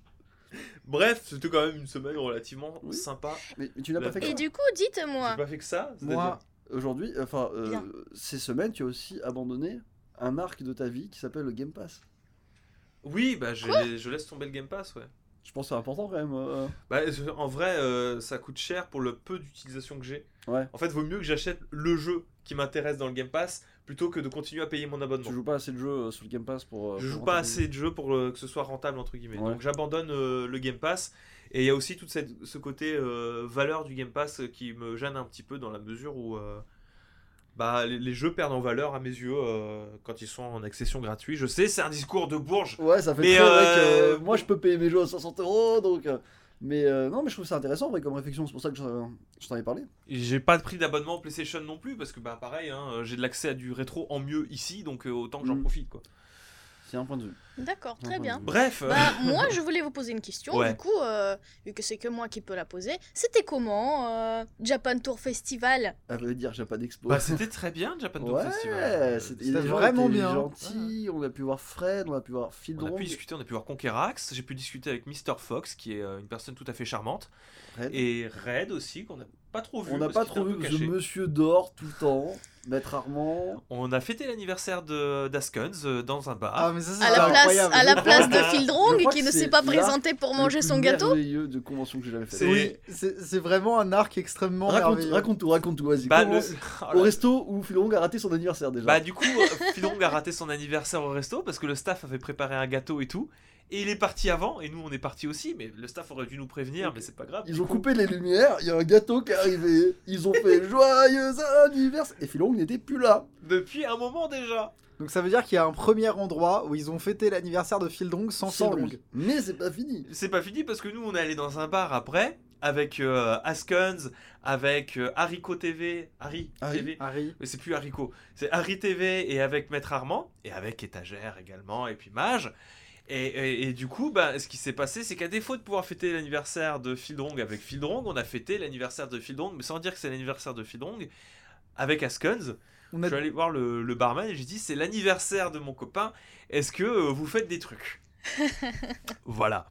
Bref, c'était quand même une semaine relativement Oui. sympa. Mais tu n'as pas fait que Et ça. du coup, dites-moi. J'ai pas fait que ça. Moi, Aujourd'hui, Bien. ces semaines, tu as aussi abandonné un arc de ta vie qui s'appelle le Game Pass. Oui, bah je laisse tomber le Game Pass, ouais. Je pense que c'est important quand même. Bah, en vrai, ça coûte cher pour le peu d'utilisation que j'ai. Ouais. En fait, vaut mieux que j'achète le jeu qui m'intéresse dans le Game Pass plutôt que de continuer à payer mon abonnement. Tu joues pas assez de jeux sur le Game Pass pour. Je pour joue pas rentabiliser. assez de jeux pour que ce soit rentable entre guillemets. Ouais. Donc j'abandonne le Game Pass et il y a aussi tout ce côté valeur du Game Pass qui me gêne un petit peu dans la mesure où bah, les jeux perdent en valeur à mes yeux quand ils sont en accession gratuite. Je sais, c'est un discours de bourge. Ouais, ça fait Mais, très vrai que bon. moi je peux payer mes jeux à 60 €, donc. Mais non, mais je trouve ça intéressant en vrai comme réflexion, c'est pour ça que je t'en ai parlé. J'ai pas de prix d'abonnement PlayStation non plus parce que bah pareil, hein, j'ai de l'accès à du rétro en mieux ici, donc autant que j'en Mm. profite quoi. C'est un point de vue. D'accord, Un très point bien. de vue. Bref, Bah, moi, je voulais vous poser une question. Ouais. Du coup, vu que c'est que moi qui peux la poser, c'était comment Japan Tour Festival? Ça veut dire Japan Expo. bah, c'était très bien, Japan Tour Festival. Ouais, c'était C'était vraiment bien. gentil. On a pu voir Fred, on a pu voir Phil On a Drong, pu discuter, on a pu voir Conquerax, j'ai pu discuter avec Mr. Fox, qui est une personne tout à fait charmante, Red. et Red aussi, qu'on n'a pas trop vu. On n'a parce pas qu'il trop était un vu peu ce caché. monsieur dort tout le temps, Maître Armand. On a fêté l'anniversaire d'Askuns dans un bar. Ah, mais ça, c'est À la place, incroyable. à la place de Je Phildrong crois qui que ne c'est s'est pas l'arc présenté pour manger son gâteau. merveilleux de convention que j'ai jamais fait. C'est- Oui, c'est vraiment un arc extrêmement merveilleux. Raconte tout, vas-y. Bah, Comment- oh Au là. resto où Phil Drong a raté son anniversaire déjà. Bah, du coup, Phildrong a raté son anniversaire au resto parce que le staff avait préparé un gâteau et tout. Et il est parti avant, et nous on est parti aussi, mais le staff aurait dû nous prévenir, mais c'est pas grave. Ils Du ont coup, coupé les lumières, il y a un gâteau qui est arrivé, ils ont fait joyeux anniversaire et Phil Drong n'était plus là. depuis un moment déjà. Donc ça veut dire qu'il y a un premier endroit où ils ont fêté l'anniversaire de Phil Drong sans Phil Sans lui. Drong. Mais c'est pas fini. C'est pas fini parce que nous on est allé dans un bar après, avec Askuns, avec Haricot TV, Harry Harry. TV. Harry. Mais c'est plus Haricot, c'est Harry TV et avec Maître Armand, et avec Étagère également, et puis Mage. Et du coup, bah, ce qui s'est passé, c'est qu'à défaut de pouvoir fêter l'anniversaire de Phil Drong avec Phil Drong, on a fêté l'anniversaire de Phil Drong, mais sans dire que c'est l'anniversaire de Phil Drong, avec Askuns. On Je a... suis allé voir le barman et j'ai dit c'est l'anniversaire de mon copain, est-ce que vous faites des trucs? Voilà.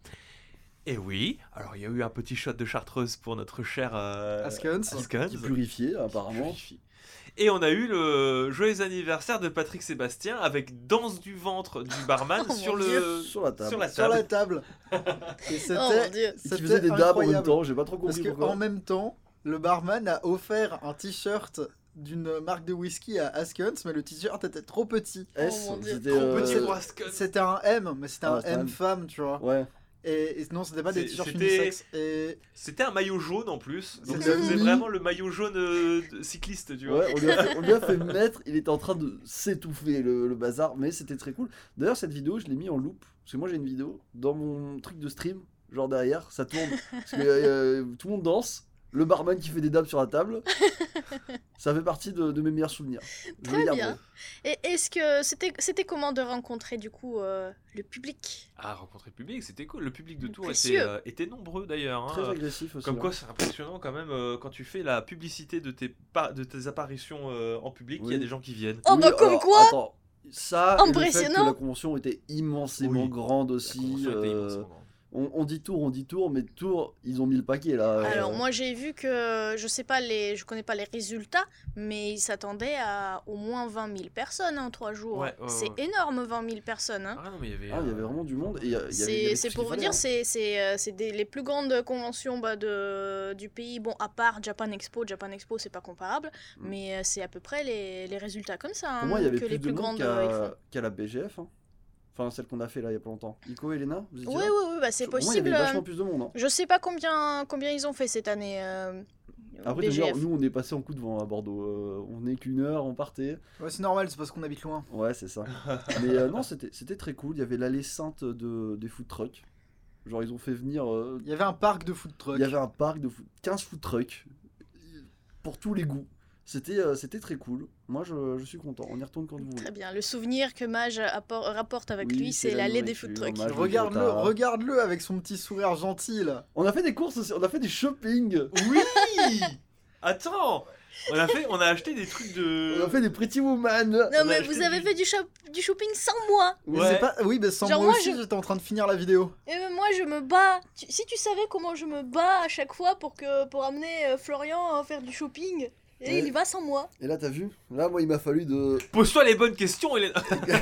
Et oui, alors il y a eu un petit shot de chartreuse pour notre cher Askuns. Askuns. Qui purifié apparemment. Purifie. Et on a eu le joyeux anniversaire de Patrick Sébastien avec danse du ventre du barman Oh sur mon le Sur la table. sur la Sur la table. table. Et Oh mon dieu. Et qui faisait des dabs en même incroyable. temps, j'ai pas trop Parce compris que pourquoi. en même temps, le barman a offert un t-shirt d'une marque de whisky à Askuns, mais le t-shirt était trop petit. S, Oh mon Dieu. c'était Trop petit euh, pour Askuns. C'était un M, mais c'était Ah, un c'était un M M. femme, tu vois. Ouais. Et non, c'était pas des C'est- t-shirts c'était- unisexes. Et C'était un maillot jaune en plus, donc C'était ça faisait mini. vraiment le maillot jaune cycliste, tu vois. Ouais, on lui a fait mettre, il était en train de s'étouffer le bazar, mais c'était très cool. D'ailleurs, cette vidéo, je l'ai mis en loop, parce que moi j'ai une vidéo dans mon truc de stream, genre derrière, ça tourne, parce que tout le monde danse, le barman qui fait des dabs sur la table, ça fait partie de mes meilleurs souvenirs. Je Très le garderai. bien. Et est-ce que c'était comment de rencontrer du coup le public? Ah, rencontrer le public, c'était cool. Le public de Tours Précieux. était nombreux d'ailleurs. hein. Très agressif aussi. Comme hein. quoi, c'est impressionnant quand même quand tu fais la publicité de tes apparitions en public, il y a Oui. des gens qui viennent. Oh bah comme alors, quoi! attends, ça, et le fait Impressionnant. que la convention était immensément Oui. grande La aussi. convention était immensément grande. On dit Tours, mais Tours, ils ont mis le paquet là. Alors moi j'ai vu que je connais pas les résultats, mais ils s'attendaient à au moins 20 000 personnes en 3 jours. Ouais, ouais, C'est ouais. énorme 20 000 personnes. Hein. Ah non, mais il y avait. Ah, il y avait vraiment du monde. Et il y avait tout ce C'est qu'il pour vous fallait, dire, hein. c'est les plus grandes conventions du pays. Bon, à part Japan Expo c'est pas comparable, Mm. mais c'est à peu près les résultats comme ça Pour hein, moi, il y avait que plus les de plus monde grandes ils font. qu'à la BGF. hein. Enfin, celle qu'on a fait là il y a pas longtemps. Nico et Elena, vous étiez Oui, là oui, bah, c'est Pour moi, il y possible. avait vachement plus de monde. hein. Je sais pas combien ils ont fait cette année. Après, d'ailleurs, BGF. nous, on est passé en coup de vent à Bordeaux. On n'est qu'une heure, on partait. ouais, c'est normal, c'est parce qu'on habite loin. Ouais, c'est ça. Mais non, c'était très cool. Il y avait l'allée sainte des food trucks. Genre, ils ont fait venir. Il y avait un parc de food truck. Il y avait un parc de 15 food trucks pour tous les goûts. C'était très cool. Moi, je suis content. On y retourne quand vous voulez. Très bien. Le souvenir que Mage rapporte avec Oui, lui, c'est c'est la l'allée des food nourriture, trucks. Mage. Regarde-le, Gotha. regarde-le avec son petit sourire gentil là. On a fait des courses aussi. On a fait des shopping. Oui. Attends. On a acheté des trucs de. On a fait des Pretty Woman. Non, On a mais acheté vous avez du- fait du shopping sans moi. Mais Ouais. c'est pas... Oui, mais sans Genre, moi moi, aussi, je- j'étais en train de finir la vidéo. Et moi, je me bats. Si tu savais comment je me bats à chaque fois pour amener Florian à faire du shopping, et Ouais. il y va sans moi. Et là, t'as vu? Là, moi, il m'a fallu de. Pose-toi les bonnes questions. Hélène.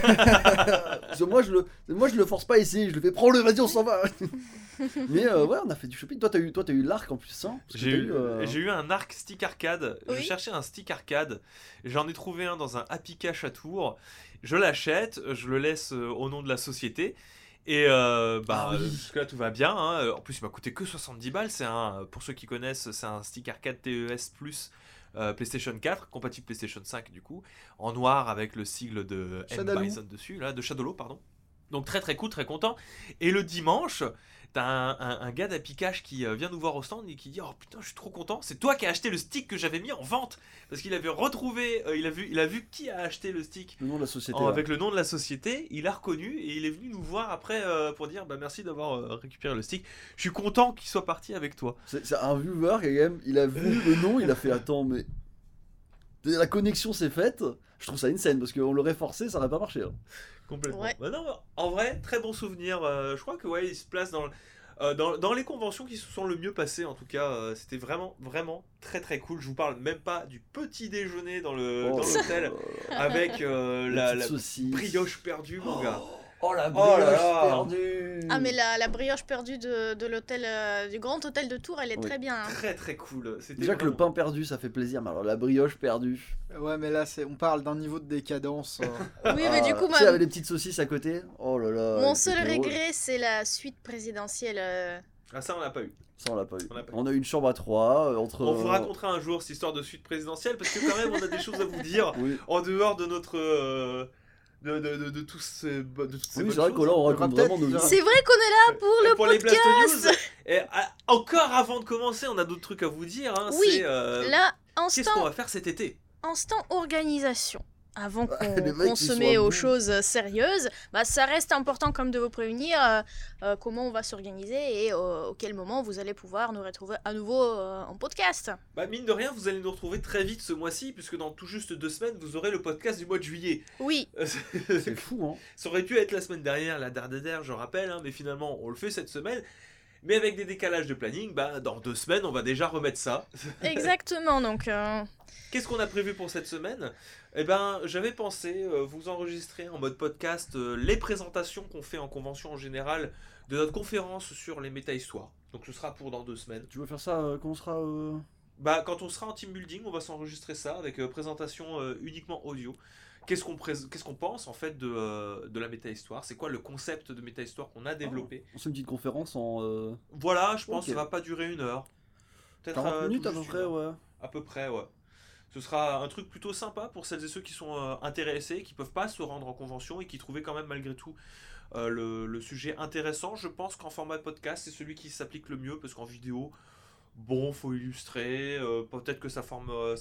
Parce que moi, je le force pas à essayer. Je le fais, prends-le, vas-y, on s'en va. Mais ouais, on a fait du shopping. Toi, t'as eu l'arc en plus, hein? Parce que J'ai eu un arc stick arcade. Je Oui. cherchais un stick arcade. J'en ai trouvé un dans un Happy Cash à Tours. Je l'achète, je le laisse au nom de la société. Et Ah oui. jusque-là tout va bien. hein. En plus, il m'a coûté que 70 balles. Pour ceux qui connaissent, c'est un stick arcade TES Plus PlayStation 4, compatible PlayStation 5 du coup, en noir avec le sigle de M. Shadaloo. Bison dessus, là, de Shadowlo, pardon. Donc très très cool, très content. Et le dimanche, t'as un gars d'Apicage qui vient nous voir au stand et qui dit oh putain je suis trop content, c'est toi qui as acheté le stick que j'avais mis en vente parce qu'il avait retrouvé, il a vu qui a acheté le stick Le nom de la société. avec le nom de la société, il a reconnu et il est venu nous voir après pour dire bah merci d'avoir récupéré le stick. Je suis content qu'il soit parti avec toi. C'est un viewer qui il a vu le nom, il a fait attends mais la connexion s'est faite. Je trouve ça insane parce qu'on l'aurait forcé, ça aurait pas marché. Hein. Complètement. Ouais. Bah non, en vrai, très bon souvenir. Je crois que ouais, il se place dans les conventions qui se sont le mieux passées. En tout cas, c'était vraiment, vraiment très très cool. Je vous parle même pas du petit déjeuner dans l'hôtel avec la saucisse. brioche perdue, mon gars. Oh la là brioche là. perdue. Ah mais la brioche perdue de l'hôtel, du grand hôtel de Tours, elle est Oui. très bien. Hein. Très très cool. C'était Déjà que le vraiment- pain perdu ça fait plaisir, mais alors la brioche perdue. Ouais, mais là, on parle d'un niveau de décadence. Oui, mais du coup, tu sais, avec les petites saucisses à côté. Oh là là. mon c'était seul drôle. regret, c'est la suite présidentielle. Ah ça on l'a pas eu. Ça on l'a pas eu. On l'a pas eu. On a eu une chambre à 3 entre. On vous racontera un jour cette histoire de suite présidentielle parce que quand même on a des choses à vous dire Oui, en dehors de notre de toutes ces bonnes oui choses. c'est vrai que là on raconte peut-être- vraiment nos. C'est vrai qu'on est là pour le pour les Blast podcast. News. Et encore avant de commencer, on a d'autres trucs à vous dire. Hein, Oui, c'est Là, qu'est-ce qu'on va faire cet été. instant organisation. Avant Les mecs, qu'on ils se sont met à aux bout. choses sérieuses, bah, ça reste important comme de vous prévenir comment on va s'organiser et auquel moment vous allez pouvoir nous retrouver à nouveau en podcast. Bah mine de rien, vous allez nous retrouver très vite ce mois-ci puisque dans tout juste 2 semaines, vous aurez le podcast du mois de juillet. Oui, C'est fou hein. Ça aurait pu être la semaine dernière, la dernière, je rappelle, hein, mais finalement on le fait cette semaine. Mais avec des décalages de planning, bah dans 2 semaines, on va déjà remettre ça. exactement. Donc, Qu'est-ce qu'on a prévu pour cette semaine? Eh ben, j'avais pensé vous enregistrer en mode podcast les présentations qu'on fait en convention en général de notre conférence sur les méta-histoires. Donc ce sera pour dans 2 semaines. Tu veux faire ça quand on sera. Bah, quand on sera en team building, on va s'enregistrer ça avec présentation uniquement audio. Qu'est-ce qu'on pense en fait de la méta-histoire? C'est quoi le concept de méta-histoire qu'on a développé? On fait une petite conférence en. Voilà, je pense Ok. que ça va pas durer 1 heure. Peut-être 40 minutes tout à peu juste près, 1 heure. ouais. À peu près, ouais. Ce sera un truc plutôt sympa pour celles et ceux qui sont intéressés, qui peuvent pas se rendre en convention et qui trouvaient quand même malgré tout le sujet intéressant. Je pense qu'en format podcast, c'est celui qui s'applique le mieux parce qu'en vidéo, bon, faut illustrer. Peut-être que ça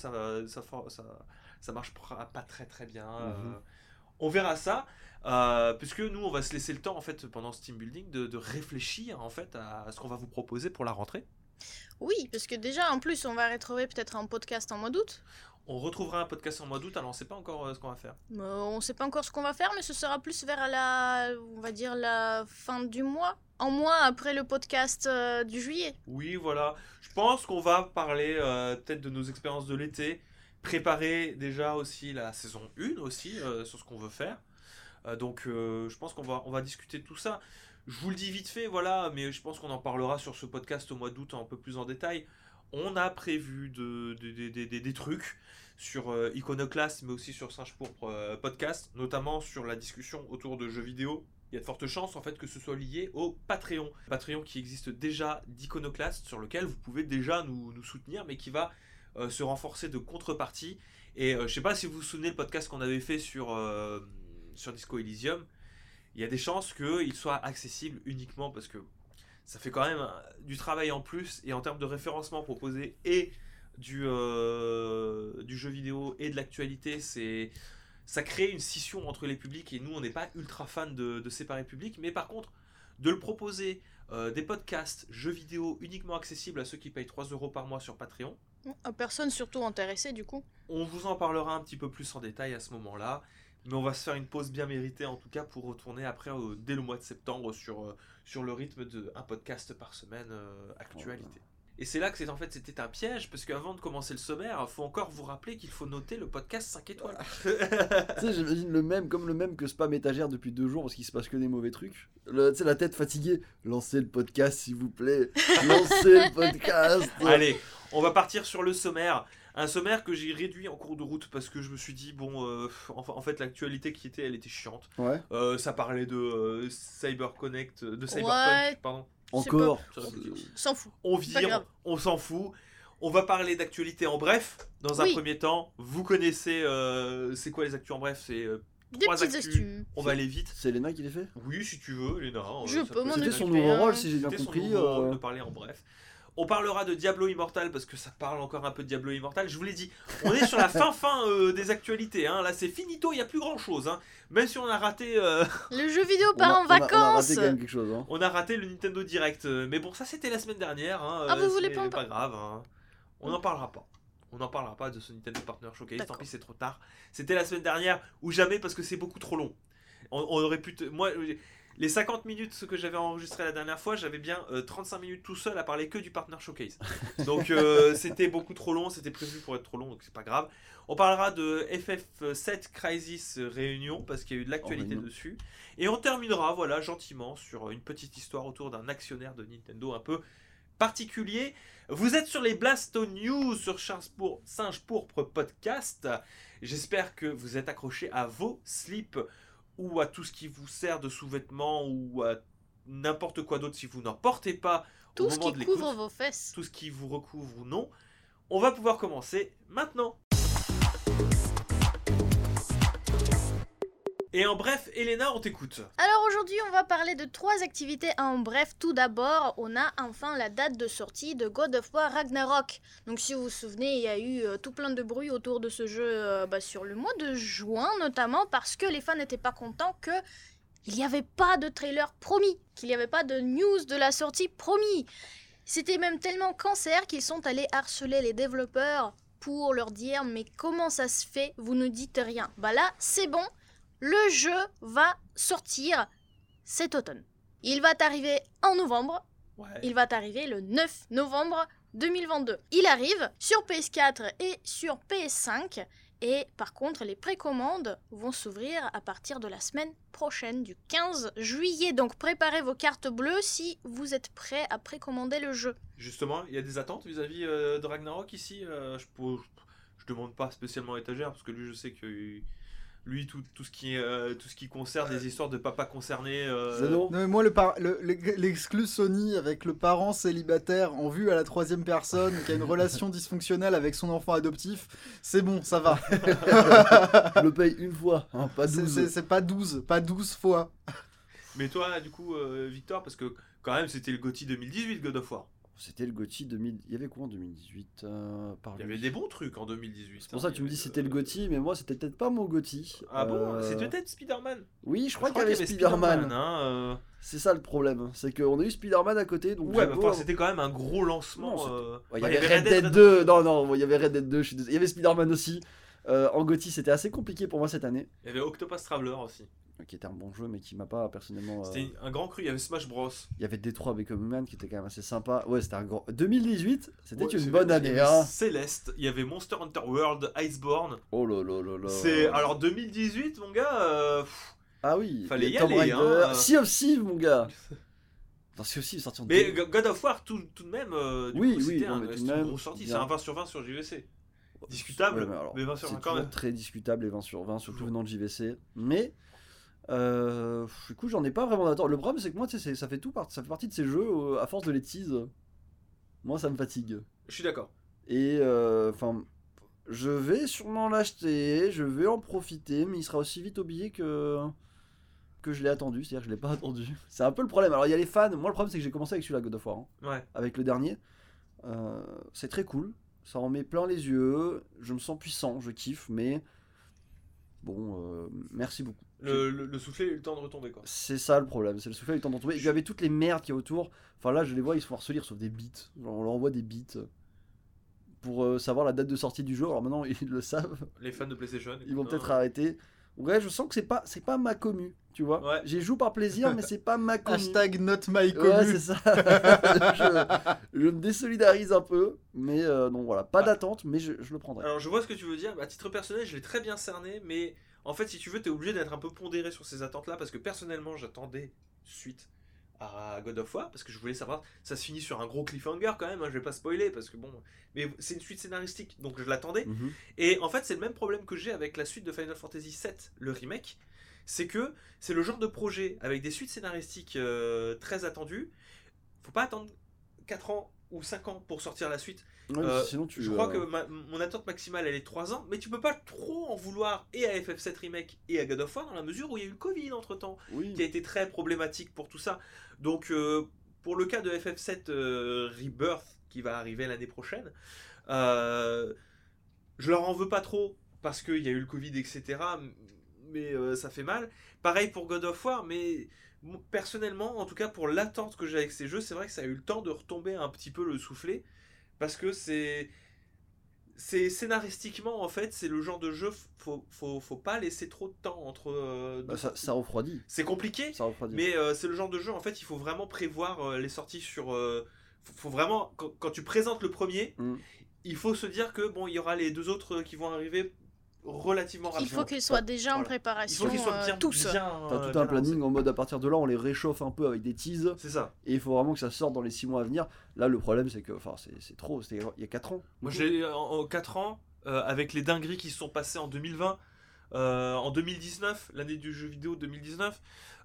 marche pas très très bien. On verra ça. Puisque nous, on va se laisser le temps en fait pendant ce team building de réfléchir en fait à ce qu'on va vous proposer pour la rentrée. oui, parce que déjà, en plus, on va retrouver peut-être un podcast en mois d'août. On retrouvera un podcast en mois d'août, alors on sait pas encore ce qu'on va faire. On sait pas encore ce qu'on va faire, mais ce sera plus vers on va dire la fin du mois. Un mois après le podcast du juillet. Oui, voilà. Je pense qu'on va parler peut-être de nos expériences de l'été, préparer déjà aussi la saison 1 aussi sur ce qu'on veut faire. Donc je pense qu'on va discuter de tout ça. Je vous le dis vite fait, voilà, mais je pense qu'on en parlera sur ce podcast au mois d'août un peu plus en détail. On a prévu des trucs sur Iconoclast, mais aussi sur Singe Pourpre podcast, notamment sur la discussion autour de jeux vidéo. Il y a de fortes chances en fait que ce soit lié au Patreon. Patreon qui existe déjà d'Iconoclast, sur lequel vous pouvez déjà nous soutenir, mais qui va se renforcer de contrepartie. Et je sais pas si vous vous souvenez le podcast qu'on avait fait sur Disco Elysium. Il y a des chances qu'il soit accessible uniquement parce que ça fait quand même du travail en plus, et en termes de référencement proposé et du jeu vidéo et de l'actualité, ça crée une scission entre les publics, et nous on n'est pas ultra fan de séparer le public, mais par contre de le proposer des podcasts jeux vidéo uniquement accessibles à ceux qui payent 3 € par mois sur Patreon. Personne surtout intéressé du coup. On vous en parlera un petit peu plus en détail à ce moment-là, mais on va se faire une pause bien méritée en tout cas pour retourner après dès le mois de septembre sur le rythme d'un podcast par semaine actualité. Voilà. Et c'est là que c'était un piège, parce qu'avant de commencer le sommaire, il faut encore vous rappeler qu'il faut noter le podcast 5 étoiles. Tu sais, j'imagine le même, comme le même que Spam étagère depuis 2 jours parce qu'il se passe que des mauvais trucs. Tu sais, la tête fatiguée. Lancez le podcast s'il vous plaît. Lancez le podcast. Allez, on va partir sur le sommaire. Un sommaire que j'ai réduit en cours de route parce que je me suis dit, bon, en fait, l'actualité elle était chiante. Ouais. Ça parlait de Cyberpunk, Ouais. pardon. Encore. S'en fout. On Pas vire, grave. on s'en fout. On va parler d'actualité en bref. Dans un Oui. premier temps, vous connaissez, c'est quoi les actus en bref? C'est Des petites astuces. On va aller vite. C'est Elena qui les fait? Oui, si tu veux, Elena. Je peux m'en C'était son occuper, nouveau hein. rôle, si j'ai bien C'était son compris. nouveau rôle de parler en bref. On parlera de Diablo Immortal parce que ça parle encore un peu de Diablo Immortal. Je vous l'ai dit, on est sur la fin des actualités. Hein. Là, c'est finito, il n'y a plus grand chose. Hein. Même si on a raté. Le jeu vidéo On part a- en on a vacances. raté quand même quelque chose. Hein. On a raté le Nintendo Direct. Mais bon, ça c'était la semaine dernière. Hein. Ah, vous voulez C'est pas en pas grave. Hein. On n'en parlera pas. On n'en parlera pas de ce Nintendo Partner Showcase. Tant D'accord. pis, c'est trop tard. C'était la semaine dernière ou jamais parce que c'est beaucoup trop long. On aurait pu. Moi. Les 50 minutes ce que j'avais enregistré la dernière fois, j'avais bien 35 minutes tout seul à parler que du Partner Showcase. Donc c'était beaucoup trop long, c'était prévu pour être trop long, donc c'est pas grave. On parlera de FF7 Crisis Réunion parce qu'il y a eu de l'actualité dessus. Et on terminera, voilà, gentiment sur une petite histoire autour d'un actionnaire de Nintendo un peu particulier. Vous êtes sur les Blasto News sur Singe Pourpre Podcast. J'espère que vous êtes accrochés à vos slips ou à tout ce qui vous sert de sous-vêtements ou à n'importe quoi d'autre si vous n'en portez pas au Tout ce moment qui de couvre l'écoute, vos fesses. tout ce qui vous recouvre ou non. On va pouvoir commencer maintenant. Et en bref, Elena, on t'écoute. Alors aujourd'hui, on va parler de 3 activités en bref. Tout d'abord, on a enfin la date de sortie de God of War Ragnarok. Donc si vous vous souvenez, il y a eu tout plein de bruit autour de ce jeu sur le mois de juin notamment parce que les fans n'étaient pas contents que il n'y avait pas de trailer promis, qu'il n'y avait pas de news de la sortie promis. C'était même tellement cancer qu'ils sont allés harceler les développeurs pour leur dire mais comment ça se fait, vous ne dites rien. Bah là, c'est bon. Le jeu va sortir cet automne. Il va arriver en novembre. Ouais. Il va arriver le 9 novembre 2022. Il arrive sur PS4 et sur PS5. Et par contre, les précommandes vont s'ouvrir à partir de la semaine prochaine, du 15 juillet. Donc préparez vos cartes bleues si vous êtes prêts à précommander le jeu. Justement, il y a des attentes vis-à-vis de Ragnarok ici. Je demande pas spécialement à étagère parce que lui, je sais que lui, tout ce qui concerne des histoires de papa concernés. Zeno. Non, mais moi, l'exclu Sony avec le parent célibataire en vue à la 3e personne qui a une relation dysfonctionnelle avec son enfant adoptif, c'est bon, ça va. Je le paye une fois, hein, pas 12. C'est pas 12 fois. Mais toi, du coup, Victor, parce que quand même, c'était le GOTY 2018, God of War. C'était le GOTY 2000. Il y avait quoi en 2018 par Il y avait des bons trucs en 2018. C'est pour ça que tu me dis c'était le GOTY, mais moi c'était peut-être pas mon GOTY. Ah bon, c'est peut-être Spider-Man. Oui, je crois qu'il y avait Spider-Man. Hein, C'est ça le problème, c'est qu'on a eu Spider-Man à côté. Donc ouais, bah, c'était quand même un gros lancement. Non, il y avait Red Dead 2. Non, il y avait Red Dead 2. Je suis désolé. Il y avait Spider-Man aussi. En GOTY, c'était assez compliqué pour moi cette année. Il y avait Octopus Traveler aussi. Qui était un bon jeu, mais qui m'a pas personnellement. C'était un grand cru. Il y avait Smash Bros. Il y avait Detroit Become Human qui était quand même assez sympa. Ouais, c'était un grand. 2018, c'était Ouais, une bonne année. Il y avait Hein. Céleste. Il y avait Monster Hunter World, Iceborne. Oh là là là là. C'est alors 2018, mon gars. Ah oui. Fallait y Tomb aller, Raider. hein. Sea of Thieves, mon gars. Dans Sea of Thieves, sorti en. Mais God of War, tout de même, Oui, coup, oui, c'était non, mais tout de une même, grosse sortie. bien. C'est un 20 sur 20 sur JVC. Discutable, Ouais, mais alors, mais 20 sur 20 c'est quand toujours même. très discutable les 20 sur 20, surtout venant de JVC. Mais du coup, j'en ai pas vraiment d'attente. Le problème, c'est que moi, tu sais, ça fait partie de ces jeux à force de les tease. Moi, ça me fatigue. Je suis d'accord. Et enfin, je vais sûrement l'acheter, je vais en profiter, mais il sera aussi vite oublié que je l'ai attendu. C'est-à-dire que je l'ai pas attendu. C'est un peu le problème. Alors, il y a les fans. Moi, le problème, c'est que j'ai commencé avec celui-là, God of War, hein, Ouais. avec le dernier. C'est très cool. Ça en met plein les yeux. Je me sens puissant, je kiffe, mais bon, merci beaucoup. Le soufflet a eu le temps de retomber, quoi. C'est ça le problème, c'est le soufflet du temps d'en trouver. Et puis il y avait toutes les merdes qu'il y a autour. Enfin là, je les vois, ils se font harceler sur des bits. Genre, on leur envoie des bits pour savoir la date de sortie du jeu. Alors maintenant, ils le savent. Les fans de PlayStation. Ils vont écoute, peut-être hein. arrêter. Ouais, je sens que c'est pas ma commu, tu vois. Ouais. J'y joue par plaisir, mais c'est pas ma commu. Hashtag not my Ouais, commu. c'est ça. je me désolidarise un peu, mais non, voilà, pas Ah. d'attente, mais je le prendrai. Alors je vois ce que tu veux dire. À titre personnel, je l'ai très bien cerné, mais en fait, si tu veux, t'es obligé d'être un peu pondéré sur ces attentes-là, parce que personnellement, j'attendais suite à God of War, parce que je voulais savoir, ça se finit sur un gros cliffhanger quand même, hein, je vais pas spoiler, parce que bon, mais c'est une suite scénaristique, donc je l'attendais. Mhm. Et en fait, c'est le même problème que j'ai avec la suite de Final Fantasy VII, le remake, c'est que c'est le genre de projet avec des suites scénaristiques très attendues. Faut pas attendre 4 ans ou 5 ans pour sortir la suite. Ouais, sinon tu. Je crois que mon attente maximale elle est 3 ans, mais tu peux pas trop en vouloir et à FF7 Remake et à God of War dans la mesure où il y a eu le Covid entre temps, Oui. qui a été très problématique pour tout ça. Donc pour le cas de FF7 Rebirth qui va arriver l'année prochaine, je leur en veux pas trop parce qu'il y a eu le Covid, etc. Mais ça fait mal. Pareil pour God of War, mais personnellement, en tout cas pour l'attente que j'ai avec ces jeux, c'est vrai que ça a eu le temps de retomber un petit peu le soufflet. Parce que c'est scénaristiquement, en fait, c'est le genre de jeu, faut pas laisser trop de temps entre... Ça refroidit. C'est compliqué, Ça refroidit. mais c'est le genre de jeu, en fait, il faut vraiment prévoir les sorties sur... faut vraiment, quand tu présentes le premier, il faut se dire que bon, il y aura les 2 autres qui vont arriver relativement Il rapidement. faut qu'ils soient déjà en Voilà. Il préparation, faut qu'ils soient bien, tous. T'as tout un planning en mode à partir de là on les réchauffe un peu avec des teases C'est ça. et il faut vraiment que ça sorte dans les 6 mois à venir. Là le problème c'est que c'est trop, il y a 4 ans. Moi, j'ai en 4 ans, avec les dingueries qui se sont passées en 2020, en 2019, l'année du jeu vidéo 2019,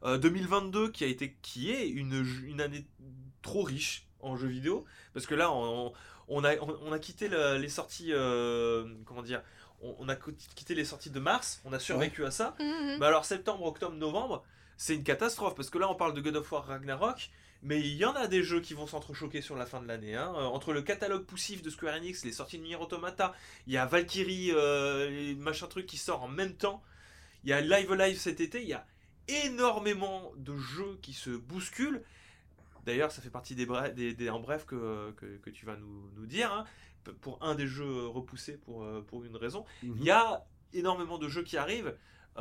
2022 qui est une année trop riche en jeux vidéo, parce que là, on a quitté les sorties, comment dire, on a quitté les sorties de mars, on a survécu à ça. Mais alors septembre, octobre, novembre, c'est une catastrophe, parce que là, on parle de God of War Ragnarok. Mais il y en a des jeux qui vont s'entrechoquer sur la fin de l'année. Hein. Entre le catalogue poussif de Square Enix, les sorties de Nier Automata, il y a Valkyrie, machin truc qui sort en même temps. Il y a Live Alive cet été. Il y a énormément de jeux qui se bousculent. D'ailleurs, ça fait partie des en bref que tu vas nous dire. Hein. Pour un des jeux repoussés pour une raison. Il y a énormément de jeux qui arrivent.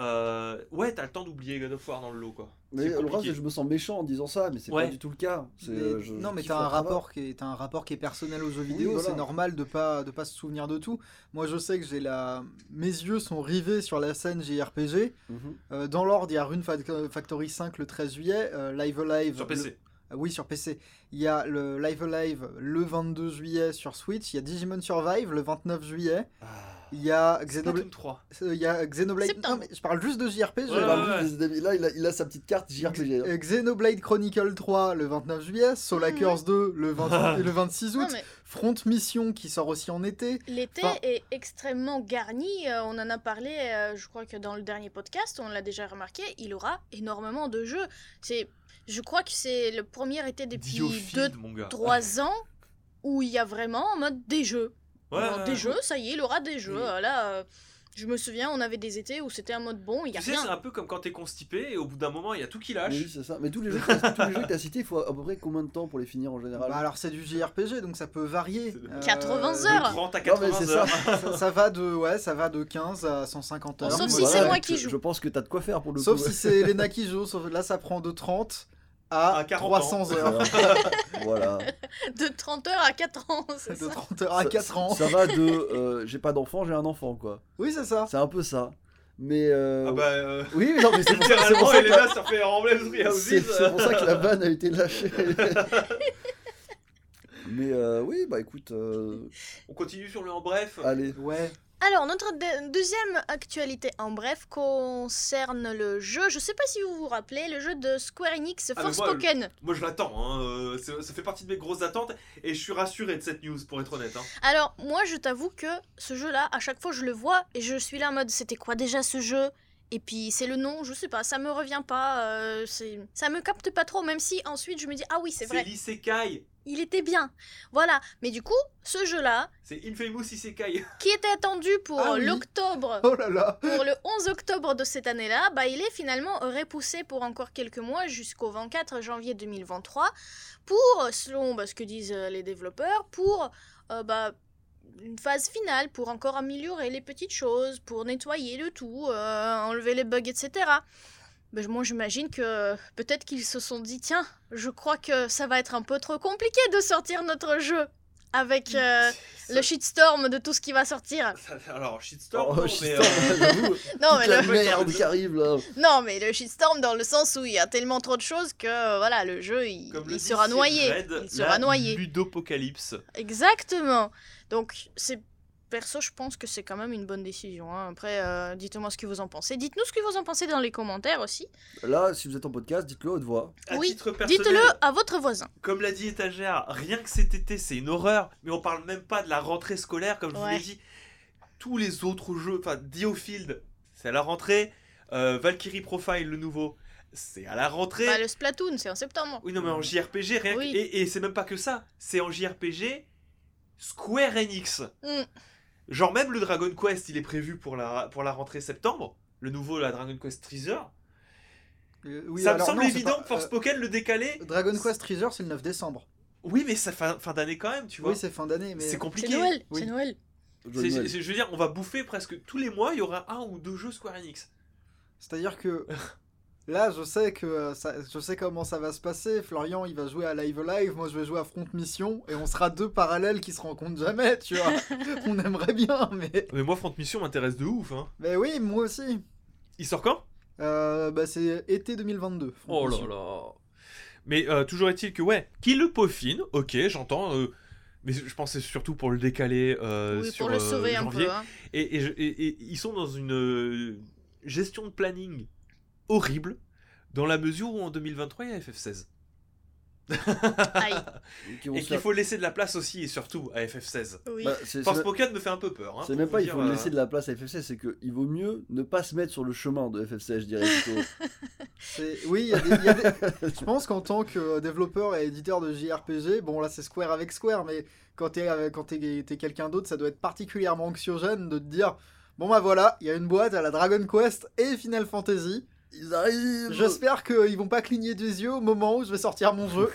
Ouais, t'as le temps d'oublier God of War dans le lot, quoi. Mais le reste, je me sens méchant en disant ça, mais c'est pas du tout le cas. Non, mais t'as un rapport qui est personnel aux jeux vidéo. Oui, voilà. C'est normal de pas se souvenir de tout. Moi, je sais que mes yeux sont rivés sur la scène JRPG. Dans l'ordre, il y a Rune Factory 5 le 13 juillet, Live Alive sur PC. Oui, sur PC. Il y a le Live Alive le 22 juillet sur Switch. Il y a Digimon Survive le 29 juillet. Il y a Splatoon 3. Il y a Xenoblade. Septembre. Non, mais je parle juste de JRPG. Là, il a sa petite carte JRPG. Hein. Xenoblade Chronicle 3 le 29 juillet. Soul Curse 2 le 26 août. Non, mais Front Mission qui sort aussi en été. l'été est extrêmement garni. On en a parlé, je crois que dans le dernier podcast, on l'a déjà remarqué. Il aura énormément de jeux. Je crois que c'est le premier été depuis Diophile, mon gars. 2-3 ans où il y a vraiment en mode des jeux. Des jeux, ça y est, il aura des jeux. Là, je me souviens, on avait des étés où c'était un mode bon, il y a rien. C'est un peu comme quand t'es constipé et au bout d'un moment, il y a tout qui lâche. Oui, c'est ça. Mais tous les jeux que t'as cités, il faut à peu près combien de temps pour les finir en général? Alors, c'est du JRPG, donc ça peut varier. 80 heures. De 30 à 80 heures. Ça va de 15 à 150 heures. Sauf si c'est moi qui joue. Je pense que t'as de quoi faire pour le coup. Sauf si c'est Elena qui joue. Là, ça prend de 30 à 300 heures. Voilà. De 30 heures à 4 ans, c'est De ça. 30 heures à 4 ans. Ça va de j'ai pas d'enfant, j'ai un enfant, quoi. Oui, c'est ça. C'est un peu ça. Mais Oui, mais non, mais c'est pour ça littéralement, que Elena sur Fire Emblem Three Houses. c'est pour ça que la vanne a été lâchée. Mais oui, bah écoute, On continue sur le en bref. allez. Ouais. Alors, notre deuxième actualité en bref concerne le jeu. Je sais pas si vous vous rappelez, le jeu de Square Enix, mais Forspoken. Moi je l'attends, hein. Ça fait partie de mes grosses attentes et je suis rassuré de cette news pour être honnête. Hein. Alors, moi je t'avoue que ce jeu-là, à chaque fois je le vois et je suis là en mode c'était quoi déjà ce jeu? Et puis c'est le nom, je sais pas, ça me revient pas, ça me capte pas trop, même si ensuite je me dis ah oui c'est vrai, l'Isekai. il était bien. Voilà, mais du coup, ce jeu-là, C'est Infamous Isekai. qui était attendu pour Ah oui. l'octobre, Oh là là. pour le 11 octobre de cette année-là, bah il est finalement repoussé pour encore quelques mois jusqu'au 24 janvier 2023 pour, selon ce que disent les développeurs, pour une phase finale, pour encore améliorer les petites choses, pour nettoyer le tout, enlever les bugs, etc. Ben, moi j'imagine que peut-être qu'ils se sont dit tiens, je crois que ça va être un peu trop compliqué de sortir notre jeu avec le shitstorm de tout ce qui va sortir. Alors, shitstorm, Oh, non, shitstorm, mais... j'avoue. Non mais, La le... merde qui arrive là. non mais le shitstorm dans le sens où il y a tellement trop de choses que voilà, le jeu il dit sera noyé. Red, Il sera noyé. Ludopocalypse. Exactement. Donc c'est perso, je pense que c'est quand même une bonne décision. Hein. Après, dites-moi ce que vous en pensez. Dites-nous ce que vous en pensez dans les commentaires aussi. Là, si vous êtes en podcast, dites-le à haute voix. À Oui, titre personnel, dites-le à votre voisin. comme l'a dit Étagère, rien que cet été, c'est une horreur. Mais on parle même pas de la rentrée scolaire, comme je vous l'ai Ouais. dit. Tous les autres jeux, enfin, Diofield, c'est à la rentrée. Valkyrie Profile, le nouveau, c'est à la rentrée. Bah, le Splatoon, c'est en septembre. Oui, non, mais en JRPG, rien Oui. que... Et c'est même pas que ça. C'est en JRPG Square Enix. Mm. Genre, même le Dragon Quest, il est prévu pour la rentrée septembre. Le nouveau, la Dragon Quest Treasure. Oui, Ça me alors semble non, c'est évident pas- que Forspoken le décaler. Dragon Quest Treasure, c'est le 9 décembre. Oui, mais ça fin d'année quand même, tu vois. Oui, c'est fin d'année, mais C'est C'est compliqué. Noël, Oui. c'est Noël. Joyeux Noël. Je veux dire, on va bouffer presque tous les mois, il y aura 1 ou 2 jeux Square Enix. c'est-à-dire que là, je sais comment ça va se passer. Florian, il va jouer à Live Alive, moi je vais jouer à Front Mission, et on sera deux parallèles qui se rencontrent jamais, tu vois. On aimerait bien, mais... Mais moi, Front Mission m'intéresse de ouf. Hein. Mais oui, moi aussi. Il sort quand? Bah, c'est été 2022. Front Oh là Mission. là. Mais toujours est-il que, ouais, qu'il le peaufine, ok, j'entends. Mais je pense que c'est surtout pour le décaler Oui, sur pour le sauver janvier. un peu. Hein. Et ils sont dans une gestion de planning horrible, dans la mesure où en 2023, il y a FF16. Aïe. Qui vont Et se qu'il faire- faut laisser de la place aussi, et surtout, à FF16. Oui. Bah, c'est Forspoken me fait un peu peur. Hein, c'est même pour pas vous il faut dire, laisser de la place à FF16, c'est qu'il vaut mieux ne pas se mettre sur le chemin de FF16, je dirais plutôt. Oui, il y a des- je pense qu'en tant que développeur et éditeur de JRPG, bon là c'est Square avec Square, mais quand t'es quelqu'un d'autre, ça doit être particulièrement anxiogène de te dire bon bah voilà, il y a une boîte à la Dragon Quest et Final Fantasy. Ils arrivent. J'espère qu'ils vont pas cligner des yeux au moment où je vais sortir mon jeu.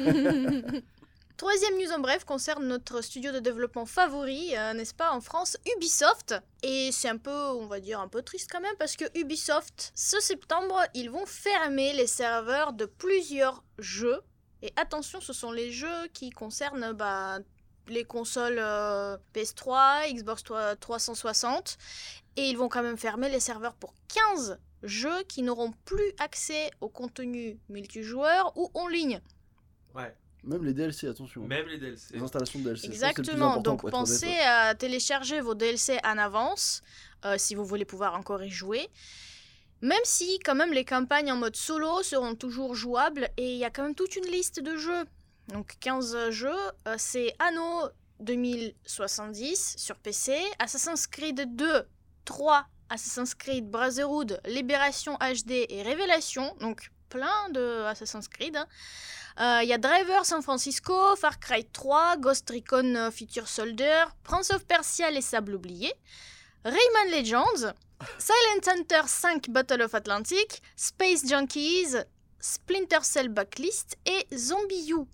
Troisième news en bref concerne notre studio de développement favori, n'est-ce pas, en France, Ubisoft. Et c'est un peu, on va dire, un peu triste quand même, parce que Ubisoft, ce septembre, ils vont fermer les serveurs de plusieurs jeux. Et attention, ce sont les jeux qui concernent les consoles PS3, Xbox 360. Et ils vont quand même fermer les serveurs pour 15 jeux qui n'auront plus accès au contenu multijoueur ou en ligne. Ouais, Même les DLC, attention. même les DLC. Les installations de DLC. je pense que c'est le plus Exactement, important donc pour être honnête. pensez à télécharger vos DLC en avance, si vous voulez pouvoir encore y jouer. Même si, quand même, les campagnes en mode solo seront toujours jouables, et il y a quand même toute une liste de jeux. Donc 15 jeux, c'est Anno 2070 sur PC, Assassin's Creed 2, 3, Assassin's Creed Brotherhood, Libération HD et Révélation, donc plein de Assassin's Creed. Il y a Driver San Francisco, Far Cry 3, Ghost Recon Future Soldier, Prince of Persia Les Sables Oubliés, Rayman Legends, Silent Hunter 5 Battle of Atlantic, Space Junkies, Splinter Cell Backlist et Zombie U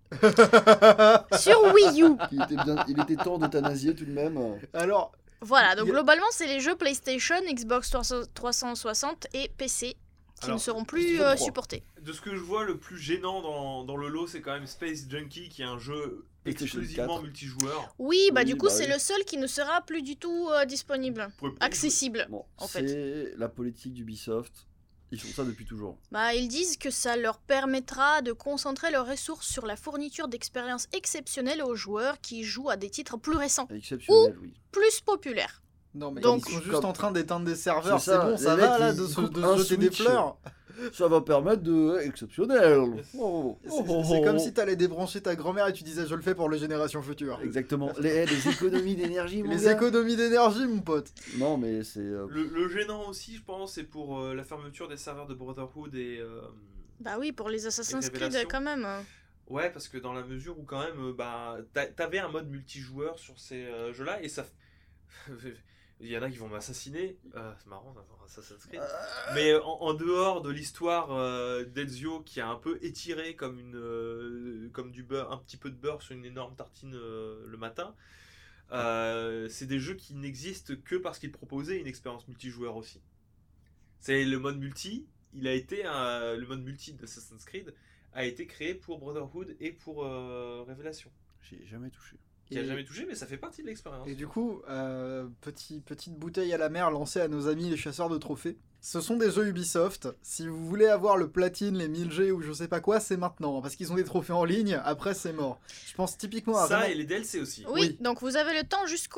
sur Wii U. Il était temps d'euthanasier tout de même. Alors, Voilà, donc Il y a- globalement, c'est les jeux PlayStation, Xbox 360 et PC qui Alors, ne seront plus PlayStation 3. supportés. De ce que je vois, le plus gênant dans le lot, c'est quand même Space Junkie, qui est un jeu PlayStation exclusivement 4. multijoueur. Oui, bah Oui, du coup, bah c'est oui. le seul qui ne sera plus du tout disponible, Vous pouvez pas y accessible. Bon, En fait. c'est la politique d'Ubisoft. Ils font ça depuis toujours. Bah, ils disent que ça leur permettra de concentrer leurs ressources sur la fourniture d'expériences exceptionnelles aux joueurs qui jouent à des titres plus récents, Exceptionnel, oui. plus populaires. non mais Donc- ils sont juste Comme- en train d'éteindre des serveurs, C'est c'est ça, bon, les ça mecs, va là ils de se coupent de un se jeter des switch. fleurs. Ça va permettre de... Exceptionnel. Oh, C'est oh, oh, c'est comme oh. si t'allais débrancher ta grand-mère et tu disais je le fais pour les générations futures. Exactement. Les économies d'énergie, mon Les gars. économies d'énergie, mon pote. Non, mais c'est... Le gênant aussi, je pense, c'est pour la fermeture des serveurs de Brotherhood et... Bah oui, pour les Assassin's Creed Révélations. quand même. Ouais, parce que dans la mesure où quand même, t'avais un mode multijoueur sur ces jeux-là, et ça... Il y en a qui vont m'assassiner. C'est marrant d'avoir Assassin's Creed. Mais en dehors de l'histoire d'Ezio qui a un peu étiré comme comme du beurre, un petit peu de beurre sur une énorme tartine le matin, c'est des jeux qui n'existent que parce qu'ils proposaient une expérience multijoueur aussi. C'est le mode multi. Il a été le mode multi d'Assassin's Creed a été créé pour Brotherhood et pour Révélation. J'ai jamais touché. Qui a Et- jamais touché, mais ça fait partie de l'expérience. Et du coup, petite bouteille à la mer lancée à nos amis les chasseurs de trophées. Ce sont des jeux Ubisoft. Si vous voulez avoir le platine, les 1000G ou je sais pas quoi, c'est maintenant. Parce qu'ils ont des trophées en ligne, après c'est mort. Je pense typiquement à Ça vraiment- et les DLC aussi. Oui, Oui. donc vous avez le temps jusqu'au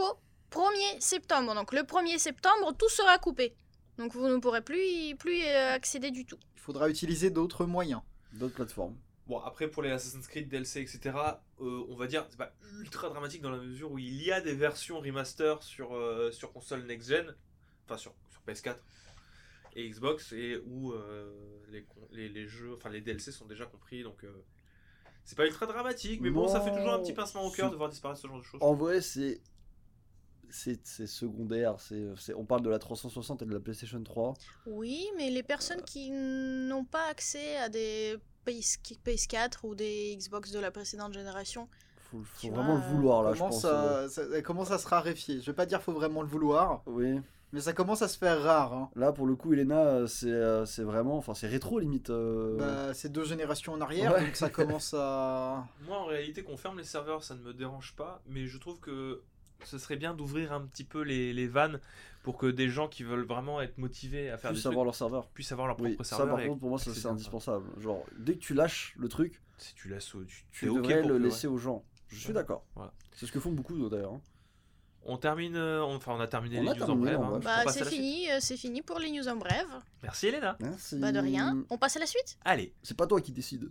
1er septembre. Donc le 1er septembre, tout sera coupé. Donc vous ne pourrez plus accéder du tout. Il faudra utiliser d'autres moyens. D'autres plateformes. Bon, après, pour les Assassin's Creed, DLC, etc., on va dire, c'est pas ultra dramatique dans la mesure où il y a des versions remaster sur console next-gen, enfin sur PS4 et Xbox, et où les jeux, enfin les DLC sont déjà compris, donc c'est pas ultra dramatique, mais bon, ça fait toujours un petit pincement au cœur de voir disparaître ce genre de choses. En vrai, c'est secondaire. On parle de la 360 et de la PlayStation 3. Oui, mais les personnes qui n'ont pas accès à des PS4 ou des Xbox de la précédente génération, Faut Tu vraiment vois, le vouloir là, je pense. Ça commence à se raréfier. Je vais pas dire faut vraiment le vouloir, Oui. mais ça commence à se faire rare. Hein. Là, pour le coup, Elena, c'est vraiment, enfin, c'est rétro limite. Bah, c'est 2 générations en arrière, Ouais. donc ça commence à... Moi, en réalité, qu'on ferme les serveurs, ça ne me dérange pas, mais je trouve que ce serait bien d'ouvrir un petit peu les vannes pour que des gens qui veulent vraiment être motivés à faire des Puissent trucs avoir leur serveur. puissent avoir leur Oui, propre ça serveur. par et contre, pour moi, que ça, c'est c'est bien, indispensable. Genre, dès que tu lâches le truc, quoi. Si tu laisses, tu tu es ok devrais pour le que, laisser ouais. aux gens. Je suis Ouais. d'accord. Voilà. C'est ce que font beaucoup d'ailleurs. Hein. On termine, on a terminé On les a news en terminé, bref. en hein. bref. On bah passe à c'est la suite. fini, c'est fini pour les news en bref. Merci Elena. Merci. Bah de rien. On passe à la suite. Allez. C'est pas toi qui décide.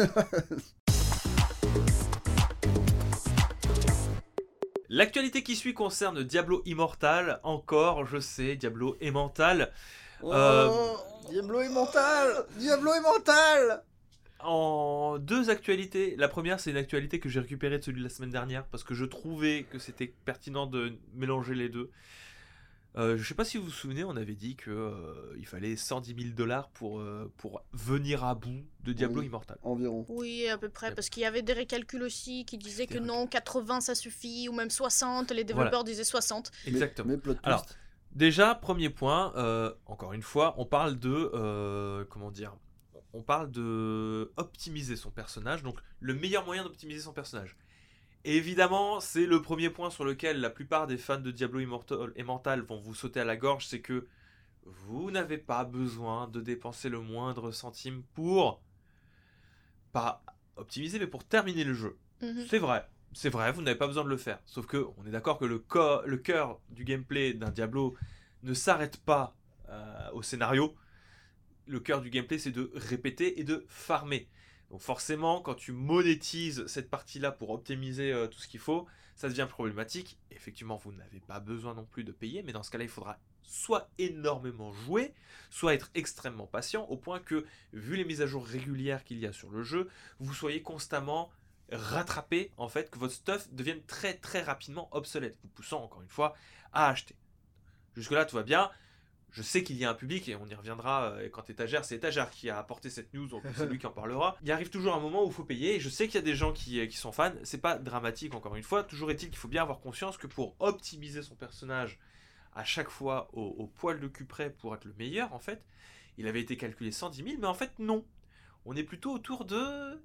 L'actualité qui suit concerne Diablo Immortal. Encore, je sais, Diablo est mental. Diablo est mental. Diablo est mental. En deux actualités. La première, c'est une actualité que j'ai récupérée de celui de la semaine dernière parce que je trouvais que c'était pertinent de mélanger les deux. Je sais pas si vous vous souvenez, on avait dit que il fallait 110 000 $ pour venir à bout de Diablo Oui. Immortal. Environ. Oui, à peu près, parce qu'il y avait des récalculs aussi qui disaient que Des non, 80 ça suffit, ou même 60, les développeurs disaient 60. Exactement. Mais plot twist. Alors, déjà, premier point, encore une fois, on parle de... comment dire ? On parle de optimiser son personnage, donc le meilleur moyen d'optimiser son personnage. Et évidemment, c'est le premier point sur lequel la plupart des fans de Diablo Immortal vont vous sauter à la gorge, c'est que vous n'avez pas besoin de dépenser le moindre centime pour... pas optimiser, mais pour terminer le jeu. Mhm. C'est vrai, vous n'avez pas besoin de le faire. Sauf que on est d'accord que le cœur du gameplay d'un Diablo ne s'arrête pas au scénario. Le cœur du gameplay, c'est de répéter et de farmer. Donc forcément, quand tu monétises cette partie-là pour optimiser tout ce qu'il faut, ça devient problématique. Effectivement, vous n'avez pas besoin non plus de payer, mais dans ce cas-là, il faudra soit énormément jouer, soit être extrêmement patient, au point que, vu les mises à jour régulières qu'il y a sur le jeu, vous soyez constamment rattrapé, en fait, que votre stuff devienne très très rapidement obsolète, vous poussant encore une fois à acheter. Jusque-là, tout va bien. Je sais qu'il y a un public, et on y reviendra quand Étagère, c'est Étagère qui a apporté cette news, donc c'est lui qui en parlera. Il arrive toujours un moment où il faut payer, et je sais qu'il y a des gens qui sont fans, c'est pas dramatique encore une fois, toujours est-il qu'il faut bien avoir conscience que pour optimiser son personnage à chaque fois au poil de cul près pour être le meilleur, en fait, il avait été calculé 110 000, mais en fait non. On est plutôt autour de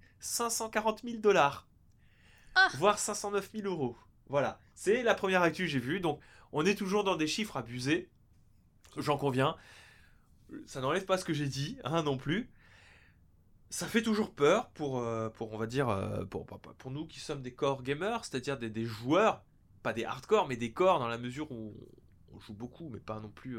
540 000 $, Ah. voire 509 000 €. Voilà, c'est la première actu que j'ai vue, donc on est toujours dans des chiffres abusés. J'en conviens. Ça n'enlève pas ce que j'ai dit, hein, non plus. Ça fait toujours peur pour on va dire, pour nous qui sommes des core gamers, c'est-à-dire des joueurs, pas des hardcore, mais des core dans la mesure où on joue beaucoup, mais pas non plus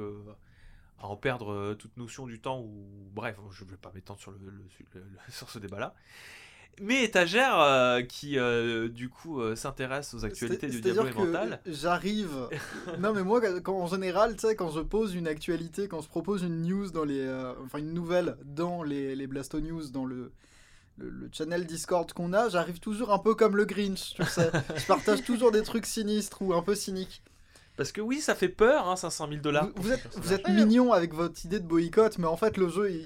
à en perdre toute notion du temps. Ou bref, je ne vais pas m'étendre sur, sur ce débat-là. Mais Étagère, qui du coup s'intéresse aux actualités du Diablo Immortal. J'arrive. Non, mais moi, en général, tu sais, quand je pose une actualité, quand je propose une news dans les. Enfin, une nouvelle dans les Blasto News, dans le channel Discord qu'on a, j'arrive toujours un peu comme le Grinch, tu sais. Je partage toujours des trucs sinistres ou un peu cyniques. Parce que oui, ça fait peur, hein, 500 000 $. Vous êtes mignon avec votre idée de boycott, mais en fait, le jeu,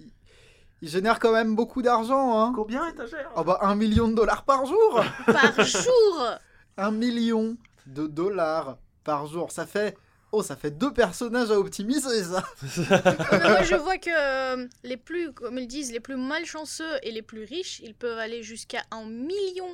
il génère quand même beaucoup d'argent, hein. Combien Étagère? Oh bah, $1 million par jour. Par jour. 1 million de dollars par jour. Ça fait 2 personnages à optimiser, ça. Mais moi, je vois que les plus, comme ils disent, les plus malchanceux et les plus riches, ils peuvent aller jusqu'à $1 million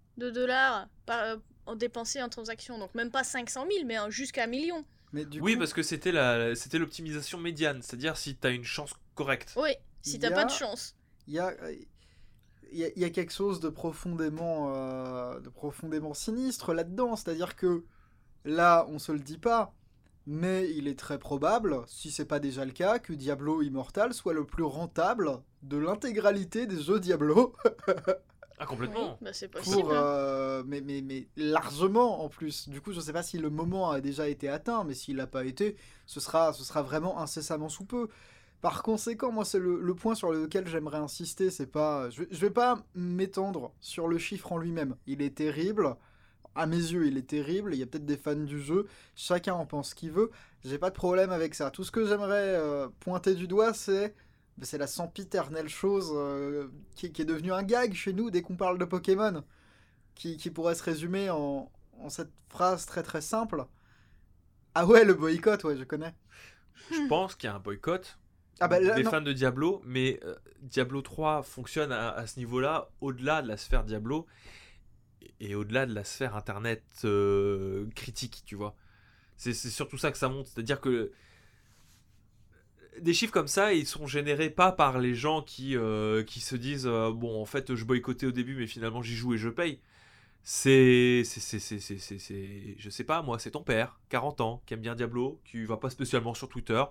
dépensés en transactions. Donc même pas 500 000, mais jusqu'à $1 million. Mais du Oui, coup, parce que c'était l'optimisation médiane, c'est-à-dire si tu as une chance correcte. Oui, si t'as Il y a- pas de chance. il y a quelque chose de profondément sinistre là-dedans. C'est-à-dire que Là, on se le dit pas, mais il est très probable, si c'est pas déjà le cas, que Diablo Immortal soit le plus rentable de l'intégralité des jeux Diablo. Ah, complètement. Oui, bah c'est possible. Pour, mais largement en plus. Du coup, je sais pas si le moment a déjà été atteint, mais s'il n'a pas été, ce sera vraiment incessamment sous peu. Par conséquent, moi, c'est le point sur lequel j'aimerais insister. C'est pas, je vais pas m'étendre sur le chiffre en lui-même. Il est terrible. À mes yeux, il est terrible. Il y a peut-être des fans du jeu. Chacun en pense ce qu'il veut. J'ai pas de problème avec ça. Tout ce que j'aimerais pointer du doigt, c'est la sempiternelle chose qui est devenue un gag chez nous dès qu'on parle de Pokémon, qui pourrait se résumer en cette phrase très très simple. Ah ouais, le boycott, ouais, je connais. Je pense qu'il y a un boycott Ah bah là, des non. fans de Diablo, mais Diablo 3 fonctionne à ce niveau-là, au-delà de la sphère Diablo et au-delà de la sphère internet critique, tu vois. C'est surtout ça que ça montre, c'est-à-dire que des chiffres comme ça, ils sont générés pas par les gens qui se disent bon, en fait, je boycottais au début, mais finalement j'y joue et je paye. Je sais pas, moi, c'est ton père, 40 ans, qui aime bien Diablo, qui va pas spécialement sur Twitter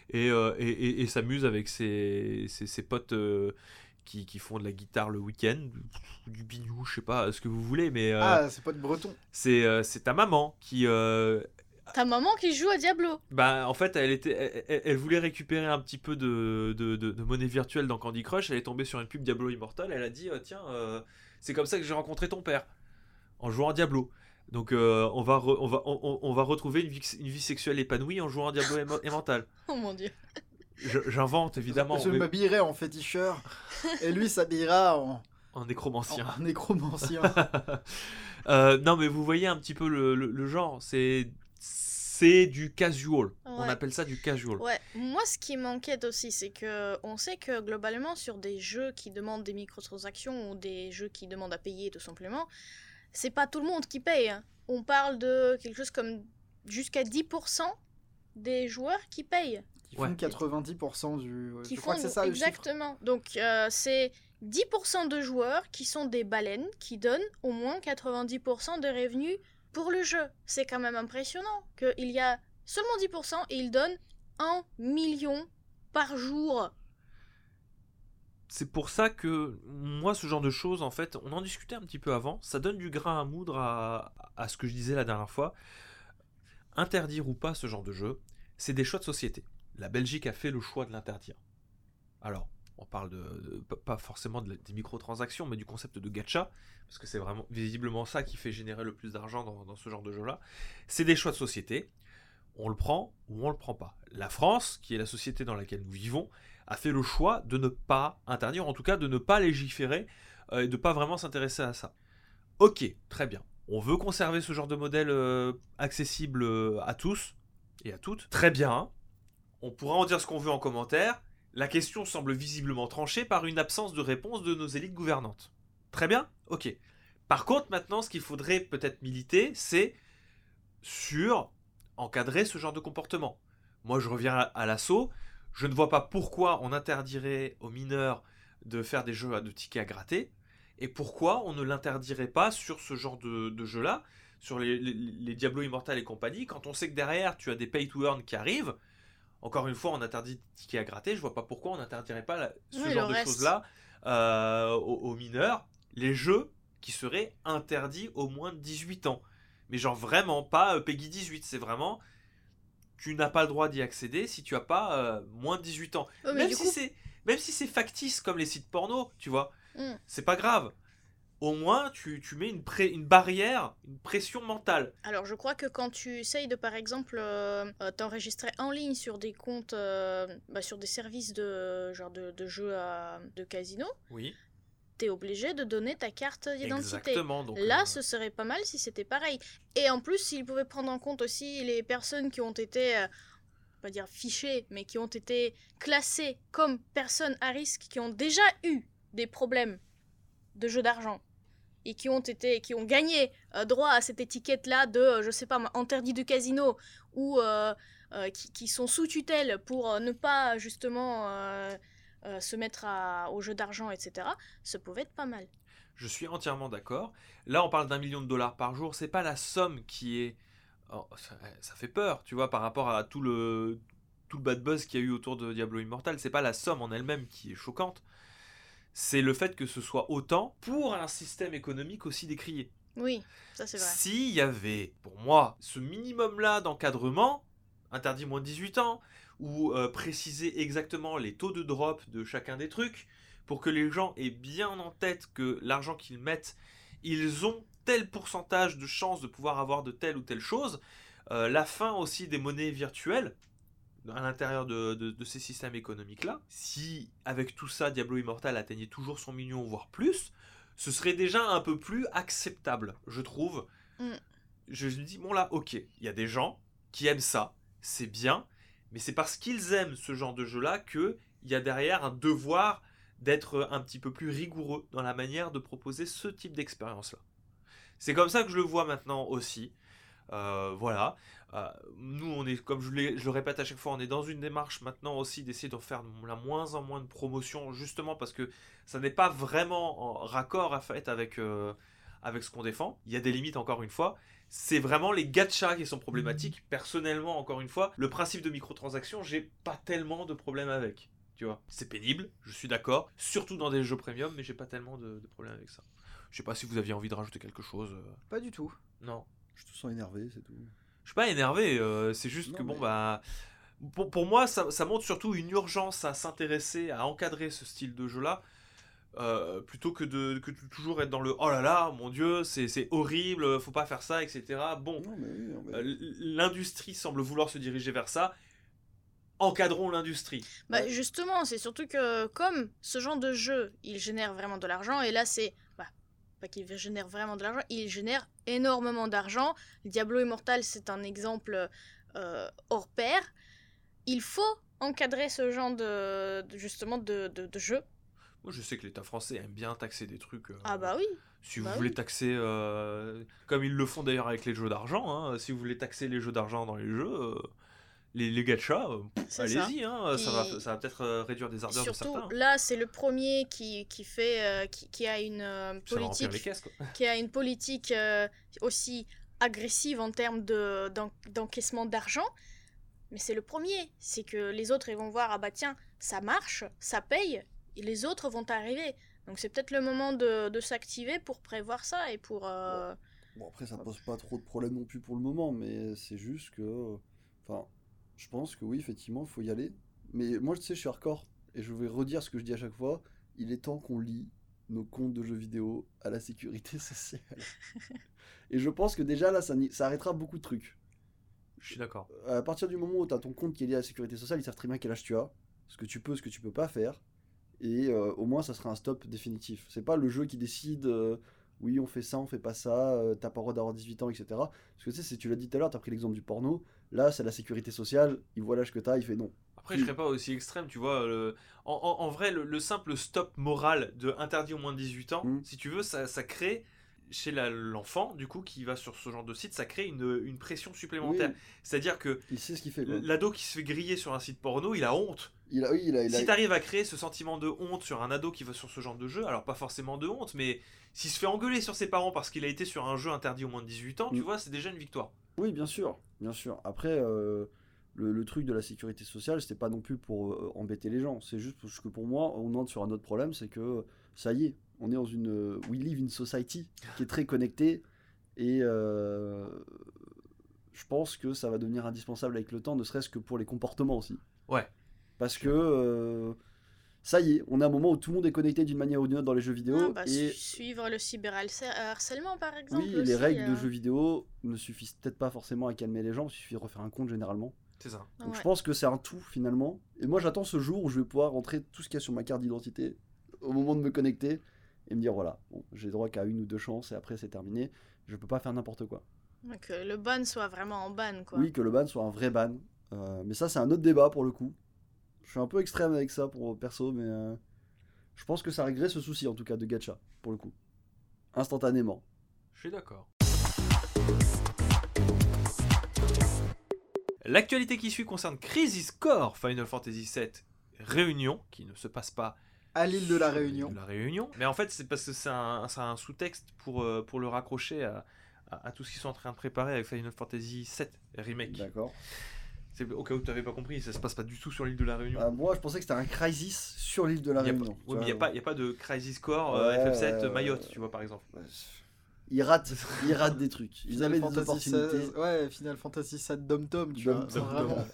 et s'amuse avec ses potes qui font de la guitare le week-end, du biniou, je sais pas ce que vous voulez, mais Ah, c'est pas de breton. c'est ta maman qui. Ta maman qui joue à Diablo. Bah, en fait, elle voulait récupérer un petit peu de monnaie virtuelle dans Candy Crush. Elle est tombée sur une pub Diablo Immortal. Elle a dit tiens, c'est comme ça que j'ai rencontré ton père en jouant à Diablo. Donc, on va retrouver une vie sexuelle épanouie en jouant à Diablo Immortal. Oh mon dieu. J'invente évidemment. Je mais m'habillerai en féticheur et lui s'habillera en nécromancien. en nécromancien. Non, mais vous voyez un petit peu le genre. C'est du casual. On Ouais. appelle ça du casual. Ouais, moi ce qui m'inquiète aussi, c'est que on sait que globalement sur des jeux qui demandent des microtransactions ou des jeux qui demandent à payer tout simplement, c'est pas tout le monde qui paye, hein. On parle de quelque chose comme jusqu'à 10% des joueurs qui payent. Qui font Ouais. 90% du. Qui je crois font que c'est ça le chiffre. exactement. Donc c'est 10% de joueurs qui sont des baleines qui donnent au moins 90% de revenus pour le jeu. C'est quand même impressionnant qu'il y a seulement 10% et ils donnent 1 million par jour. C'est pour ça que moi, ce genre de choses, en fait, on en discutait un petit peu avant, ça donne du grain à moudre à ce que je disais la dernière fois. Interdire ou pas ce genre de jeu, c'est des choix de société. La Belgique a fait le choix de l'interdire. Alors, on parle pas forcément des microtransactions, mais du concept de gacha, parce que c'est vraiment visiblement ça qui fait générer le plus d'argent dans ce genre de jeu-là. C'est des choix de société. On le prend ou on le prend pas. La France, qui est la société dans laquelle nous vivons, a fait le choix de ne pas interdire, en tout cas de ne pas légiférer et de ne pas vraiment s'intéresser à ça. Ok, très bien. On veut conserver ce genre de modèle accessible à tous et à toutes. Très bien. On pourra en dire ce qu'on veut en commentaire. La question semble visiblement tranchée par une absence de réponse de nos élites gouvernantes. Très bien, ok. Par contre, maintenant, ce qu'il faudrait peut-être militer, c'est sur encadrer ce genre de comportement. Moi, je reviens à l'assaut. Je ne vois pas pourquoi on interdirait aux mineurs de faire des jeux de tickets à gratter et pourquoi on ne l'interdirait pas sur ce genre de jeu-là, sur les Diablo Immortal et compagnie, quand on sait que derrière, tu as des pay-to-earn qui arrivent. Encore une fois, on interdit des tickets à gratter. Je vois pas pourquoi on n'interdirait pas ce genre de choses-là aux mineurs. Les jeux qui seraient interdits aux moins de 18 ans. Mais genre vraiment pas Peggy 18. C'est vraiment... Tu n'as pas le droit d'y accéder si tu n'as pas moins de 18 ans. Ouais, mais Même si c'est factice comme les sites porno, tu vois. Mm. C'est pas grave. Au moins, tu mets une barrière, une pression mentale. Alors je crois que quand tu essayes de par exemple t'enregistrer en ligne sur des comptes, sur des services de genre de jeux de casino, Oui, t'es obligé de donner ta carte d'identité. exactement. Donc, Là, ce serait pas mal si c'était pareil. Et en plus, s'ils pouvaient prendre en compte aussi les personnes qui ont été, pas dire fichées, mais qui ont été classées comme personnes à risque, qui ont déjà eu des problèmes de jeux d'argent et qui ont gagné droit à cette étiquette-là de, je sais pas, interdit de casino ou qui sont sous tutelle pour ne pas justement se mettre au jeu d'argent, etc. Ça pouvait être pas mal. je suis entièrement d'accord. Là, on parle d'1 million de dollars par jour. C'est pas la somme qui est ça fait peur, tu vois, par rapport à tout le bad buzz qu'il y a eu autour de Diablo Immortal. C'est pas la somme en elle-même qui est choquante, c'est le fait que ce soit autant pour un système économique aussi décrié. Oui, ça c'est vrai. S'il y avait, pour moi, ce minimum-là d'encadrement, interdit moins de 18 ans, ou préciser exactement les taux de drop de chacun des trucs, pour que les gens aient bien en tête que l'argent qu'ils mettent, ils ont tel pourcentage de chances de pouvoir avoir de telle ou telle chose, la fin aussi des monnaies virtuelles, à l'intérieur de ces systèmes économiques-là, si avec tout ça Diablo Immortal atteignait toujours son million, voire plus, ce serait déjà un peu plus acceptable, je trouve. Je me dis, bon là, ok, il y a des gens qui aiment ça, c'est bien, mais c'est parce qu'ils aiment ce genre de jeu-là qu'il y a derrière un devoir d'être un petit peu plus rigoureux dans la manière de proposer ce type d'expérience-là. C'est comme ça que je le vois maintenant aussi. Voilà. Nous, on est, comme je le répète à chaque fois, on est dans une démarche maintenant aussi d'essayer de faire la moins en moins de promotion, justement parce que ça n'est pas vraiment en raccord à fait avec ce qu'on défend. Il y a des limites, encore une fois. C'est vraiment les gachas qui sont problématiques. Personnellement, encore une fois, le principe de microtransactions, j'ai pas tellement de problème avec. Tu vois, c'est pénible, je suis d'accord, surtout dans des jeux premium, mais j'ai pas tellement de problème avec ça. Je sais pas si vous aviez envie de rajouter quelque chose. Pas du tout. Non. Je te sens énervé, c'est tout. Je suis pas énervé, c'est juste Non, que bon mais- bah pour moi ça montre surtout une urgence à s'intéresser, à encadrer ce style de jeu là, plutôt que de toujours être dans le oh là là mon dieu c'est horrible, faut pas faire ça, etc. Bon, Non, mais oui, non, mais- l'industrie semble vouloir se diriger vers ça. Encadrons l'industrie. Bah justement, c'est surtout que comme ce genre de jeu, il génère vraiment de l'argent, et là c'est... Bah, pas qu'il génère vraiment de l'argent, il génère énormément d'argent. Diablo Immortal, c'est un exemple hors pair. Il faut encadrer ce genre justement de jeu. Moi je sais que l'État français aime bien taxer des trucs. Ah bah oui. Si vous Bah voulez oui. taxer, comme ils le font d'ailleurs avec les jeux d'argent, hein, si vous voulez taxer les jeux d'argent dans les jeux, les gachas, C'est allez-y, hein, Et- ça va peut-être réduire des ardeurs de Surtout, certains. là, c'est le premier qui fait, qui a une Ça va remplir les politique, caisses, quoi. qui a une politique aussi agressive en termes d'encaissement d'argent. Mais c'est le premier. C'est que les autres, ils vont voir, ah bah tiens, ça marche, ça paye, et les autres vont arriver. Donc c'est peut-être le moment de s'activer pour prévoir ça et pour... Bon, après, ça pose pas trop de problèmes non plus pour le moment, mais c'est juste que. Enfin, je pense que oui, effectivement, il faut y aller. Mais moi, tu sais, je suis hardcore. Et je vais redire ce que je dis à chaque fois. Il est temps qu'on lie nos comptes de jeux vidéo à la sécurité sociale. Et je pense que déjà, là, ça arrêtera beaucoup de trucs. Je suis d'accord. À partir du moment où tu as ton compte qui est lié à la sécurité sociale, ils savent très bien quel âge tu as, ce que tu peux, ce que tu peux pas faire. Et au moins, ça sera un stop définitif. C'est pas le jeu qui décide. Oui, on fait ça, on fait pas ça, t'as pas le droit d'avoir 18 ans, etc. Parce que tu sais, tu l'as dit tout à l'heure, t'as pris l'exemple du porno. Là, c'est la sécurité sociale, il voit l'âge que t'as, il fait non. Après, je serais pas aussi extrême, tu vois. En vrai, le simple stop moral de interdit au moins de 18 ans, si tu veux, ça crée chez l'enfant, du coup, qui va sur ce genre de site, ça crée une pression supplémentaire. Oui. C'est-à-dire que Il sait ce qu'il fait, quoi. l'ado qui se fait griller sur un site porno, il a honte. Il a... Si t'arrives à créer ce sentiment de honte sur un ado qui va sur ce genre de jeu, alors pas forcément de honte, mais s'il se fait engueuler sur ses parents parce qu'il a été sur un jeu interdit au moins de 18 ans, tu vois, c'est déjà une victoire. Oui, bien sûr, bien sûr. Après, le truc de la sécurité sociale, c'était pas non plus pour embêter les gens. C'est juste parce que pour moi, on entre sur un autre problème, c'est que ça y est, on est dans une we live in society qui est très connectée et je pense que ça va devenir indispensable avec le temps, ne serait-ce que pour les comportements aussi. Ouais. Parce que ça y est, on a un moment où tout le monde est connecté d'une manière ou d'une autre dans les jeux vidéo. Ah, bah, et suivre le cyberharcèlement, par exemple. oui, aussi, les règles de jeux vidéo ne suffisent peut-être pas forcément à calmer les gens, il suffit de refaire un compte généralement. C'est ça. Donc Ouais. je pense que c'est un tout finalement. Et moi j'attends ce jour où je vais pouvoir rentrer tout ce qu'il y a sur ma carte d'identité au moment de me connecter et me dire voilà, bon, j'ai droit qu'à une ou deux chances et après c'est terminé. Je peux pas faire n'importe quoi. Donc le ban soit vraiment en ban, quoi. Oui, que le ban soit un vrai ban. Mais ça c'est un autre débat pour le coup. Je suis un peu extrême avec ça pour perso, mais je pense que ça réglerait ce souci en tout cas de gacha pour le coup. Instantanément. Je suis d'accord. L'actualité qui suit concerne Crisis Core Final Fantasy VII Réunion, qui ne se passe pas À l'île de la sur l'île Réunion. de la Réunion. Mais en fait, c'est parce que c'est un sous-texte pour le raccrocher à tout ce qu'ils sont en train de préparer avec Final Fantasy VII Remake. D'accord. C'est au cas où tu n'avais pas compris, ça se passe pas du tout sur l'île de la Réunion. Moi, je pensais que c'était un Crysis sur l'île de la Réunion. Oui, mais il n'y a pas de Crisis Core Ouais, FF7 Mayotte, tu vois, par exemple. Ouais, Ils ratent des trucs. Ils avaient des opportunités. Ouais, Final Fantasy VII Dom Tom, tu vois. Dom-Tom. Vraiment.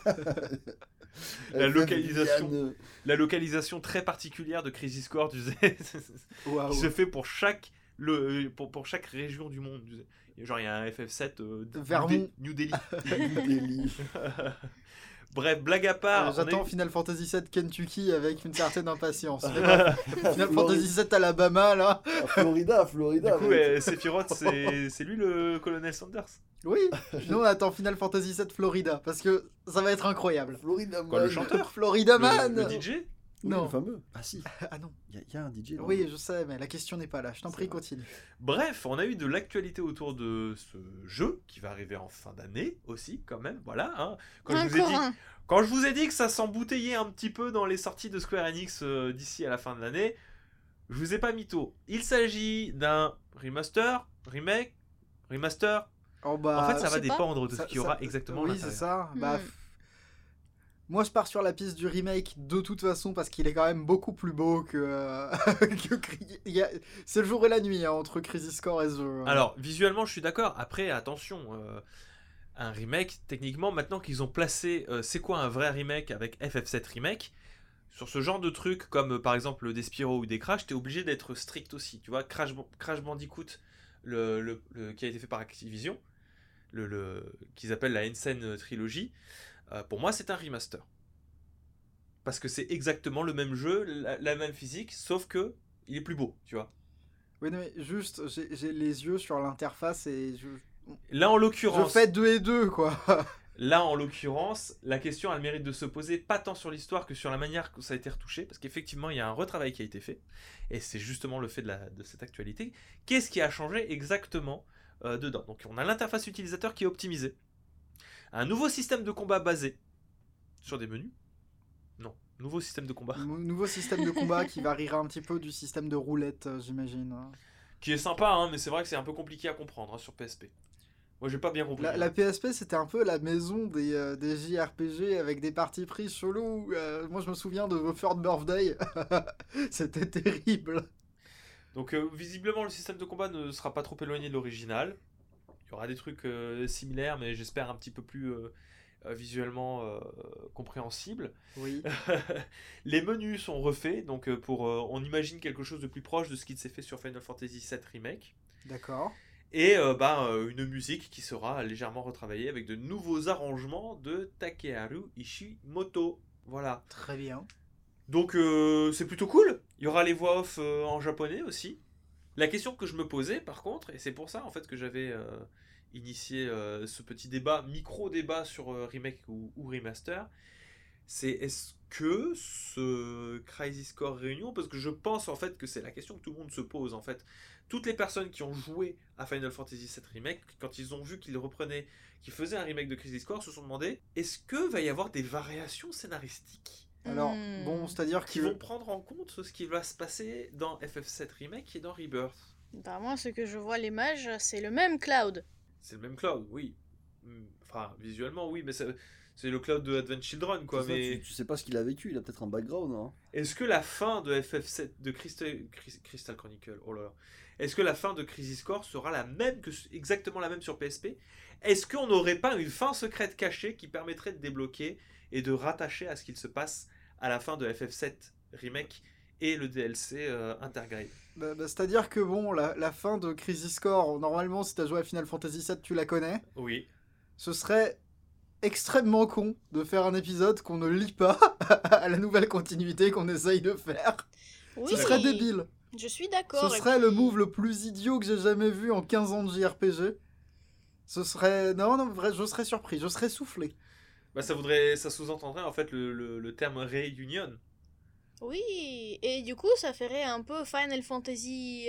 La localisation très particulière de Crisis Core, tu sais, Waouh. qui se fait pour chaque région du monde. Tu sais. Genre, il y a un FF7 Vermont. New Delhi. Delhi. Bref, blague à part. J'attends Final Fantasy VII Kentucky avec une certaine impatience. Final Fantasy VII Alabama, là. Florida. Du coup, Sephiroth, c'est lui le colonel Sanders. Oui, nous on attend Final Fantasy VII Florida parce que ça va être incroyable. Florida Quoi, le Man. chanteur Florida Man. Le DJ. Oui, Non. le fameux. Ah si, Ah non. il y a un DJ. dans Oui, je sais, mais la question n'est pas là. Je t'en prie, continue. Bref, on a eu de l'actualité autour de ce jeu qui va arriver en fin d'année aussi, quand même. Voilà. Hein. Quand je vous ai dit que ça s'embouteillait un petit peu dans les sorties de Square Enix d'ici à la fin de l'année, je vous ai pas mytho. Il s'agit d'un remaster, remake, remaster. Oh, bah, En fait, ça je va sais pas. dépendre de ce qu'il y aura exactement à Oui, c'est l'intérieur. ça. Bah, moi, je pars sur la piste du remake de toute façon parce qu'il est quand même beaucoup plus beau que. C'est le jour et la nuit hein, entre Crisis Core et ce jeu. Alors, visuellement, je suis d'accord. Après, attention, un remake, techniquement, maintenant qu'ils ont placé c'est quoi un vrai remake avec FF7 Remake, sur ce genre de trucs, comme par exemple des Spyro ou des Crash, t'es obligé d'être strict aussi. Tu vois, Crash Bandicoot, qui a été fait par Activision, qu'ils appellent la Ensign Trilogy, pour moi, c'est un remaster. Parce que c'est exactement le même jeu, la même physique, sauf que il est plus beau, tu vois. Oui, non, mais juste, j'ai les yeux sur l'interface et Là, en je l'occurrence, fais 2 et 2, quoi. la question a le mérite de se poser pas tant sur l'histoire que sur la manière que ça a été retouché, parce qu'effectivement, il y a un retravail qui a été fait, et c'est justement le fait de cette actualité. Qu'est-ce qui a changé exactement dedans? Donc, on a l'interface utilisateur qui est optimisée, un nouveau système de combat basé sur des menus. Non, nouveau système de combat. Nouveau système de combat qui variera un petit peu du système de roulette, j'imagine. Qui est sympa, hein, mais c'est vrai que c'est un peu compliqué à comprendre hein, sur PSP. Moi, j'ai pas bien compris. La PSP, c'était un peu la maison des JRPG avec des parties pris chelous. Moi, je me souviens de The Third Birthday. C'était terrible. Donc, visiblement, le système de combat ne sera pas trop éloigné de l'original. Il y aura des trucs similaires, mais j'espère un petit peu plus visuellement compréhensibles. Oui. Les menus sont refaits, donc on imagine quelque chose de plus proche de ce qui s'est fait sur Final Fantasy VII Remake. D'accord. Et une musique qui sera légèrement retravaillée avec de nouveaux arrangements de Takeharu Ishimoto. Voilà. Très bien. Donc c'est plutôt cool. Il y aura les voix off en japonais aussi. La question que je me posais par contre, et c'est pour ça en fait que j'avais initié ce petit débat, micro-débat sur remake ou remaster, c'est est-ce que ce Crisis Core Réunion, parce que je pense en fait que c'est la question que tout le monde se pose en fait. Toutes les personnes qui ont joué à Final Fantasy VII Remake, quand ils ont vu qu'ils faisaient un remake de Crisis Core, se sont demandé est-ce que va y avoir des variations scénaristiques Alors, bon, c'est-à-dire qui vont prendre en compte ce qui va se passer dans FF7 Remake et dans Rebirth. Bah moi, ce que je vois l'image, c'est le même Cloud. C'est le même Cloud, oui. Enfin, visuellement, oui, mais c'est le Cloud de Advent Children, quoi. C'est ça, Mais tu sais pas ce qu'il a vécu, il a peut-être un background. Hein. est-ce que la fin de FF7 de Crystal Chronicle, oh là là, est-ce que la fin de Crisis Core sera exactement la même sur PSP? Est-ce qu'on n'aurait pas une fin secrète cachée qui permettrait de débloquer et de rattacher à ce qu'il se passe à la fin de FF7 Remake et le DLC Intergrade? C'est-à-dire que bon, la fin de Crisis Core, normalement, si t'as joué à Final Fantasy VII, tu la connais. Oui. Ce serait extrêmement con de faire un épisode qu'on ne lit pas à la nouvelle continuité qu'on essaye de faire. Oui, Ce serait débile. Je suis d'accord. Ce et serait le puis- move le plus idiot que j'ai jamais vu en 15 ans de JRPG. Ce serait... Non, vrai, je serais surpris, je serais soufflé. Bah, ça sous-entendrait en fait le terme réunion. Oui, et du coup, ça ferait un peu Final Fantasy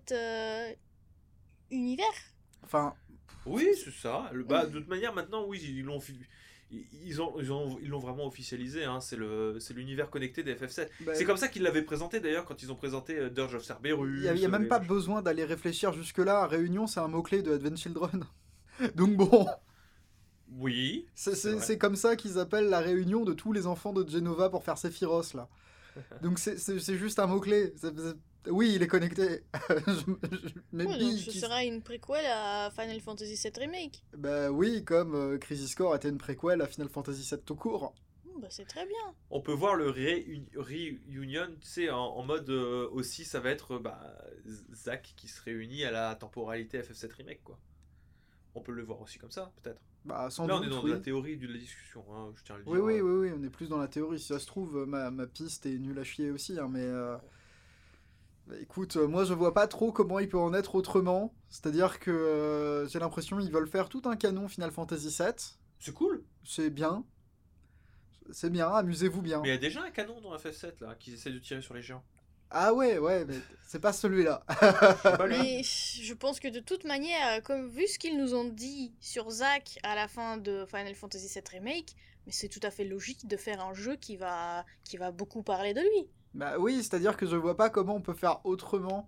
VII univers. Enfin, Oui, c'est ça. De toute manière, maintenant, oui, Ils l'ont vraiment officialisé, hein, c'est l'univers connecté des FF7. Bah, C'est comme ça qu'ils l'avaient présenté d'ailleurs quand ils ont présenté Dirge of Cerberus. Il n'y a même pas besoin d'aller réfléchir jusque-là. Réunion, c'est un mot-clé de Advent Children. Donc bon, Oui. c'est comme ça qu'ils appellent la réunion de tous les enfants de Genova pour faire Sephiroth, là. Donc c'est juste un mot-clé. Oui, il est connecté. Mais Ouais, donc ce sera une préquelle à Final Fantasy VII Remake. Bah oui, comme Crisis Core était une préquelle à Final Fantasy VII tout court. Bah, c'est très bien. On peut voir le reunion, tu sais, en mode aussi, ça va être Zack qui se réunit à la temporalité FF7 Remake, quoi. On peut le voir aussi comme ça, peut-être. Bah sans Là, doute, on est dans oui. la théorie de la discussion, hein, je tiens à le dire. Oui, on est plus dans la théorie. Si ça se trouve, ma piste est nulle à chier aussi, hein, mais... Bah, écoute, moi je vois pas trop comment il peut en être autrement. C'est-à-dire que j'ai l'impression qu'ils veulent faire tout un canon Final Fantasy VII. C'est cool. C'est bien. C'est bien, amusez-vous bien. Mais il y a déjà un canon dans FF7 là, qui essaie de tirer sur les géants. Ah ouais, mais c'est pas celui-là. Pas lui. Mais je pense que de toute manière, comme vu ce qu'ils nous ont dit sur Zack à la fin de Final Fantasy VII Remake, mais c'est tout à fait logique de faire un jeu qui va beaucoup parler de lui. Bah oui, c'est-à-dire que je vois pas comment on peut faire autrement.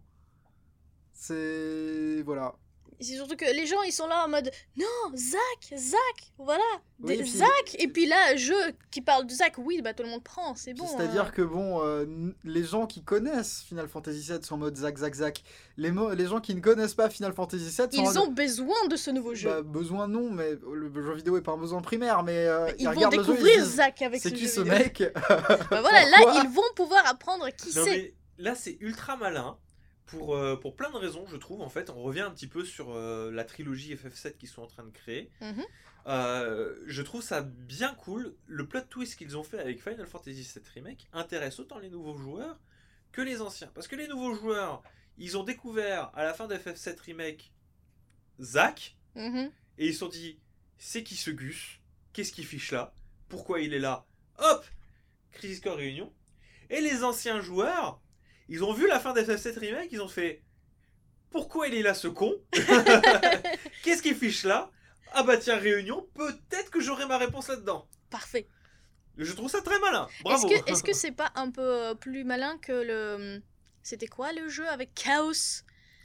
Voilà. Et c'est surtout que les gens ils sont là en mode non, Zack, voilà, Oui, et puis- Zack, et puis là, jeu qui parle de Zack, oui, bah tout le monde prend, c'est bon. C'est-à-dire que bon, les gens qui connaissent Final Fantasy VII sont en mode Zack. Les gens qui ne connaissent pas Final Fantasy VII sont en Ils mode... ont besoin de ce nouveau jeu. Bah, besoin non, mais le jeu vidéo est pas un besoin primaire, mais ils vont regardent le jeu, découvrir ils disent, Zack avec c'est ce qui jeu ce vidéo. mec? Bah voilà, là Pourquoi ils vont pouvoir apprendre qui Non, c'est. mais là, c'est ultra malin. Pour plein de raisons, je trouve. En fait, on revient un petit peu sur la trilogie FF7 qu'ils sont en train de créer. Mhm. Je trouve ça bien cool. Le plot twist qu'ils ont fait avec Final Fantasy VII Remake intéresse autant les nouveaux joueurs que les anciens. Parce que les nouveaux joueurs, ils ont découvert à la fin de FF7 Remake Zack, Mhm. et ils se sont dit, c'est qui ce Gus? Qu'est-ce qu'il fiche là? Pourquoi il est là? Hop, Crisis Core Réunion. Et les anciens joueurs, ils ont vu la fin d'FF7 Remake, ils ont fait, pourquoi il est là ce con? Qu'est-ce qu'il fiche là? Ah bah tiens, Réunion, peut-être que j'aurai ma réponse là-dedans. Parfait. Je trouve ça très malin. Bravo. Est-ce que c'est pas un peu plus malin que le... C'était quoi le jeu avec Chaos?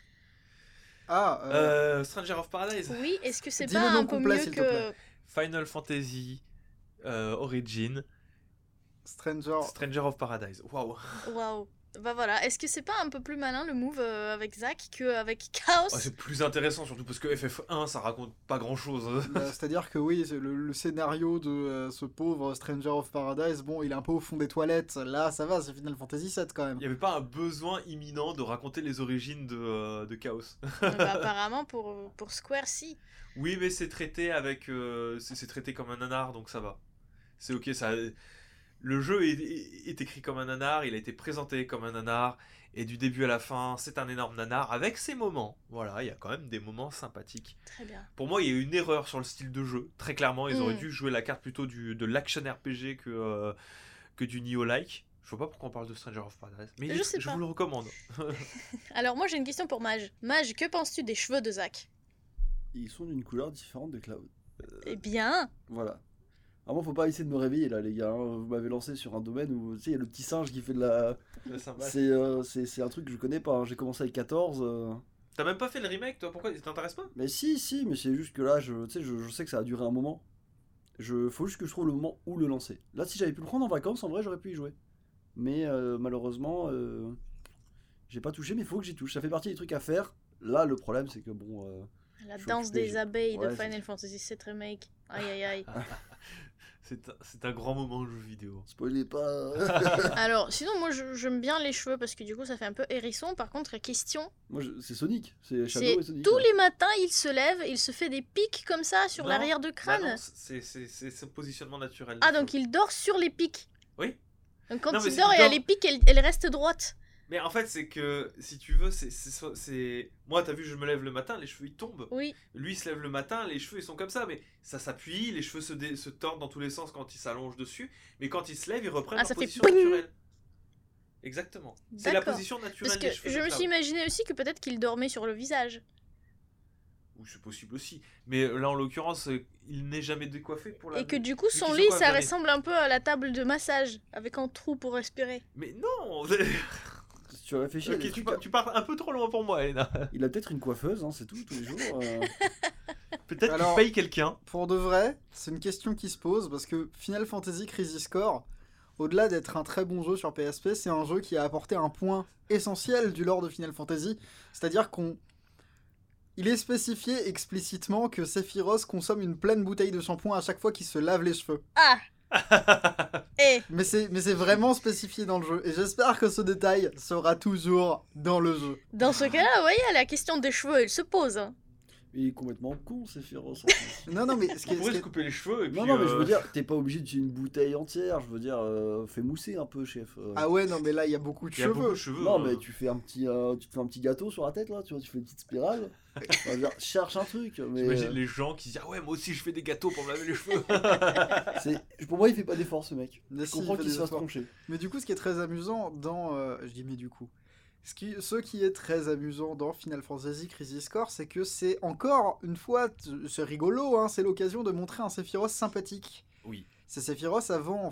Stranger of Paradise. Oui, est-ce que c'est Dis pas le nom un peu complet, mieux s'il te que... plaît. Final Fantasy Origin Stranger... Stranger of Paradise. Waouh. Waouh. Bah voilà, est-ce que c'est pas un peu plus malin le move avec Zack qu'avec Chaos? Oh, c'est plus intéressant surtout parce que FF1 ça raconte pas grand chose. Bah, c'est-à-dire que oui, c'est le scénario de ce pauvre Stranger of Paradise, bon, il est un peu au fond des toilettes. Là, ça va, c'est Final Fantasy VII quand même. Il n'y avait pas un besoin imminent de raconter les origines de Chaos. Bah, apparemment pour Square, si. Oui, mais c'est traité avec, c'est traité comme un nanar, donc ça va. C'est ok, ça. Le jeu est écrit comme un nanar, il a été présenté comme un nanar, et du début à la fin, c'est un énorme nanar avec ses moments. Voilà, il y a quand même des moments sympathiques. Très bien. Pour moi, il y a eu une erreur sur le style de jeu. Très clairement, ils auraient Mm. dû jouer la carte plutôt de l'action RPG que du Nioh-like. Je vois pas pourquoi on parle de Stranger of Paradise, mais Je sais je pas. vous le recommande. Alors moi j'ai une question pour Mage. Mage, que penses-tu des cheveux de Zack? Ils sont d'une couleur différente de Cloud. Eh bien, Voilà. Vraiment, faut pas essayer de me réveiller là, les gars. Hein. Vous m'avez lancé sur un domaine où, tu sais, il y a le petit singe qui fait de la. C'est sympa. C'est un truc que je connais pas. Hein. J'ai commencé avec 14. T'as même pas fait le remake, toi? Pourquoi? Ça t'intéresse pas? Mais si, mais c'est juste que là, tu sais, je sais que ça a duré un moment. Faut juste que je trouve le moment où le lancer. Là, si j'avais pu le prendre en vacances, en vrai, j'aurais pu y jouer. Mais malheureusement, j'ai pas touché, mais il faut que j'y touche. Ça fait partie des trucs à faire. Là, le problème, c'est que bon. la Je suis danse occupé, des abeilles de ouais, c'est- Final Fantasy VII Remake. Aïe aïe aïe. C'est un grand moment en jeu vidéo. Spoilez pas. Alors, sinon moi j'aime bien les cheveux parce que du coup ça fait un peu hérisson. Par contre, question, Moi, c'est Sonic. C'est Shadow c'est et Sonic. tous ouais. les matins il se lève, il se fait des pics comme ça sur Non, l'arrière de Bah crâne. non, c'est son positionnement naturel. Ah des donc cheveux. il dort sur les pics. Oui. Donc quand Non, mais il c'est dort, qu'il et dort- les pics elles restent droites. Mais en fait, c'est que, si tu veux, c'est... Moi, t'as vu, je me lève le matin, les cheveux, ils tombent. Oui. Lui, il se lève le matin, les cheveux, ils sont comme ça, mais ça s'appuie, les cheveux se tordent dans tous les sens quand il s'allonge dessus, mais quand il se lève, ils reprennent Ah, leur ça fait position boing. naturelle. Exactement. C'est la D'accord. position naturelle Parce des que cheveux. je de me Cloud. suis imaginé aussi que peut-être qu'il dormait sur le visage. Oui, c'est possible aussi. Mais là, en l'occurrence, il n'est jamais décoiffé pour la... Et que du coup, Vu son qu'ils lit, sont pas ça avernés. ressemble un peu à la table de massage, avec un trou pour respirer. Mais non. Si tu réfléchis à Ok, des tu, trucs, tu pars un peu trop loin pour moi, Elena. il a peut-être une coiffeuse, hein, c'est tout, tous les jours. Peut-être Alors- qu'il paye quelqu'un. Pour de vrai, c'est une question qui se pose parce que Final Fantasy Crisis Core, au-delà d'être un très bon jeu sur PSP, c'est un jeu qui a apporté un point essentiel du lore de Final Fantasy, c'est-à-dire il est spécifié explicitement que Sephiroth consomme une pleine bouteille de shampoing à chaque fois qu'il se lave les cheveux. Ah Eh Mais c'est vraiment spécifié dans le jeu, et j'espère que ce détail sera toujours dans le jeu. Dans ce cas-là, vous voyez, la question des cheveux, elle se pose. Hein. Il est complètement con, Sephiroth. En plus. Non, mais ce qui On est- pourrait ce se qui est- couper les cheveux et puis... non, mais je veux dire, t'es pas obligé d'utiliser une bouteille entière. Je veux dire, fais mousser un peu, chef. Ah ouais, non, mais là, il y a beaucoup de il y a beaucoup cheveux. de cheveux. Non, mais tu te fais un petit gâteau sur la tête là, tu vois, tu fais une petite spirale. Enfin, je veux dire, cherche un truc, mais J'imagine les gens qui disent « Ah ouais, moi aussi, je fais des gâteaux pour me laver les cheveux. pour moi, il fait pas d'effort ce mec. Mais Je si, comprends il fait qu'il des se fasse efforts. troncher. Mais du coup, ce qui est très amusant dans... je dis mais du coup... Ce qui est très amusant dans Final Fantasy Crisis Core, c'est que c'est encore une fois, c'est rigolo, hein, c'est l'occasion de montrer un Sephiroth sympathique. Oui. C'est Sephiroth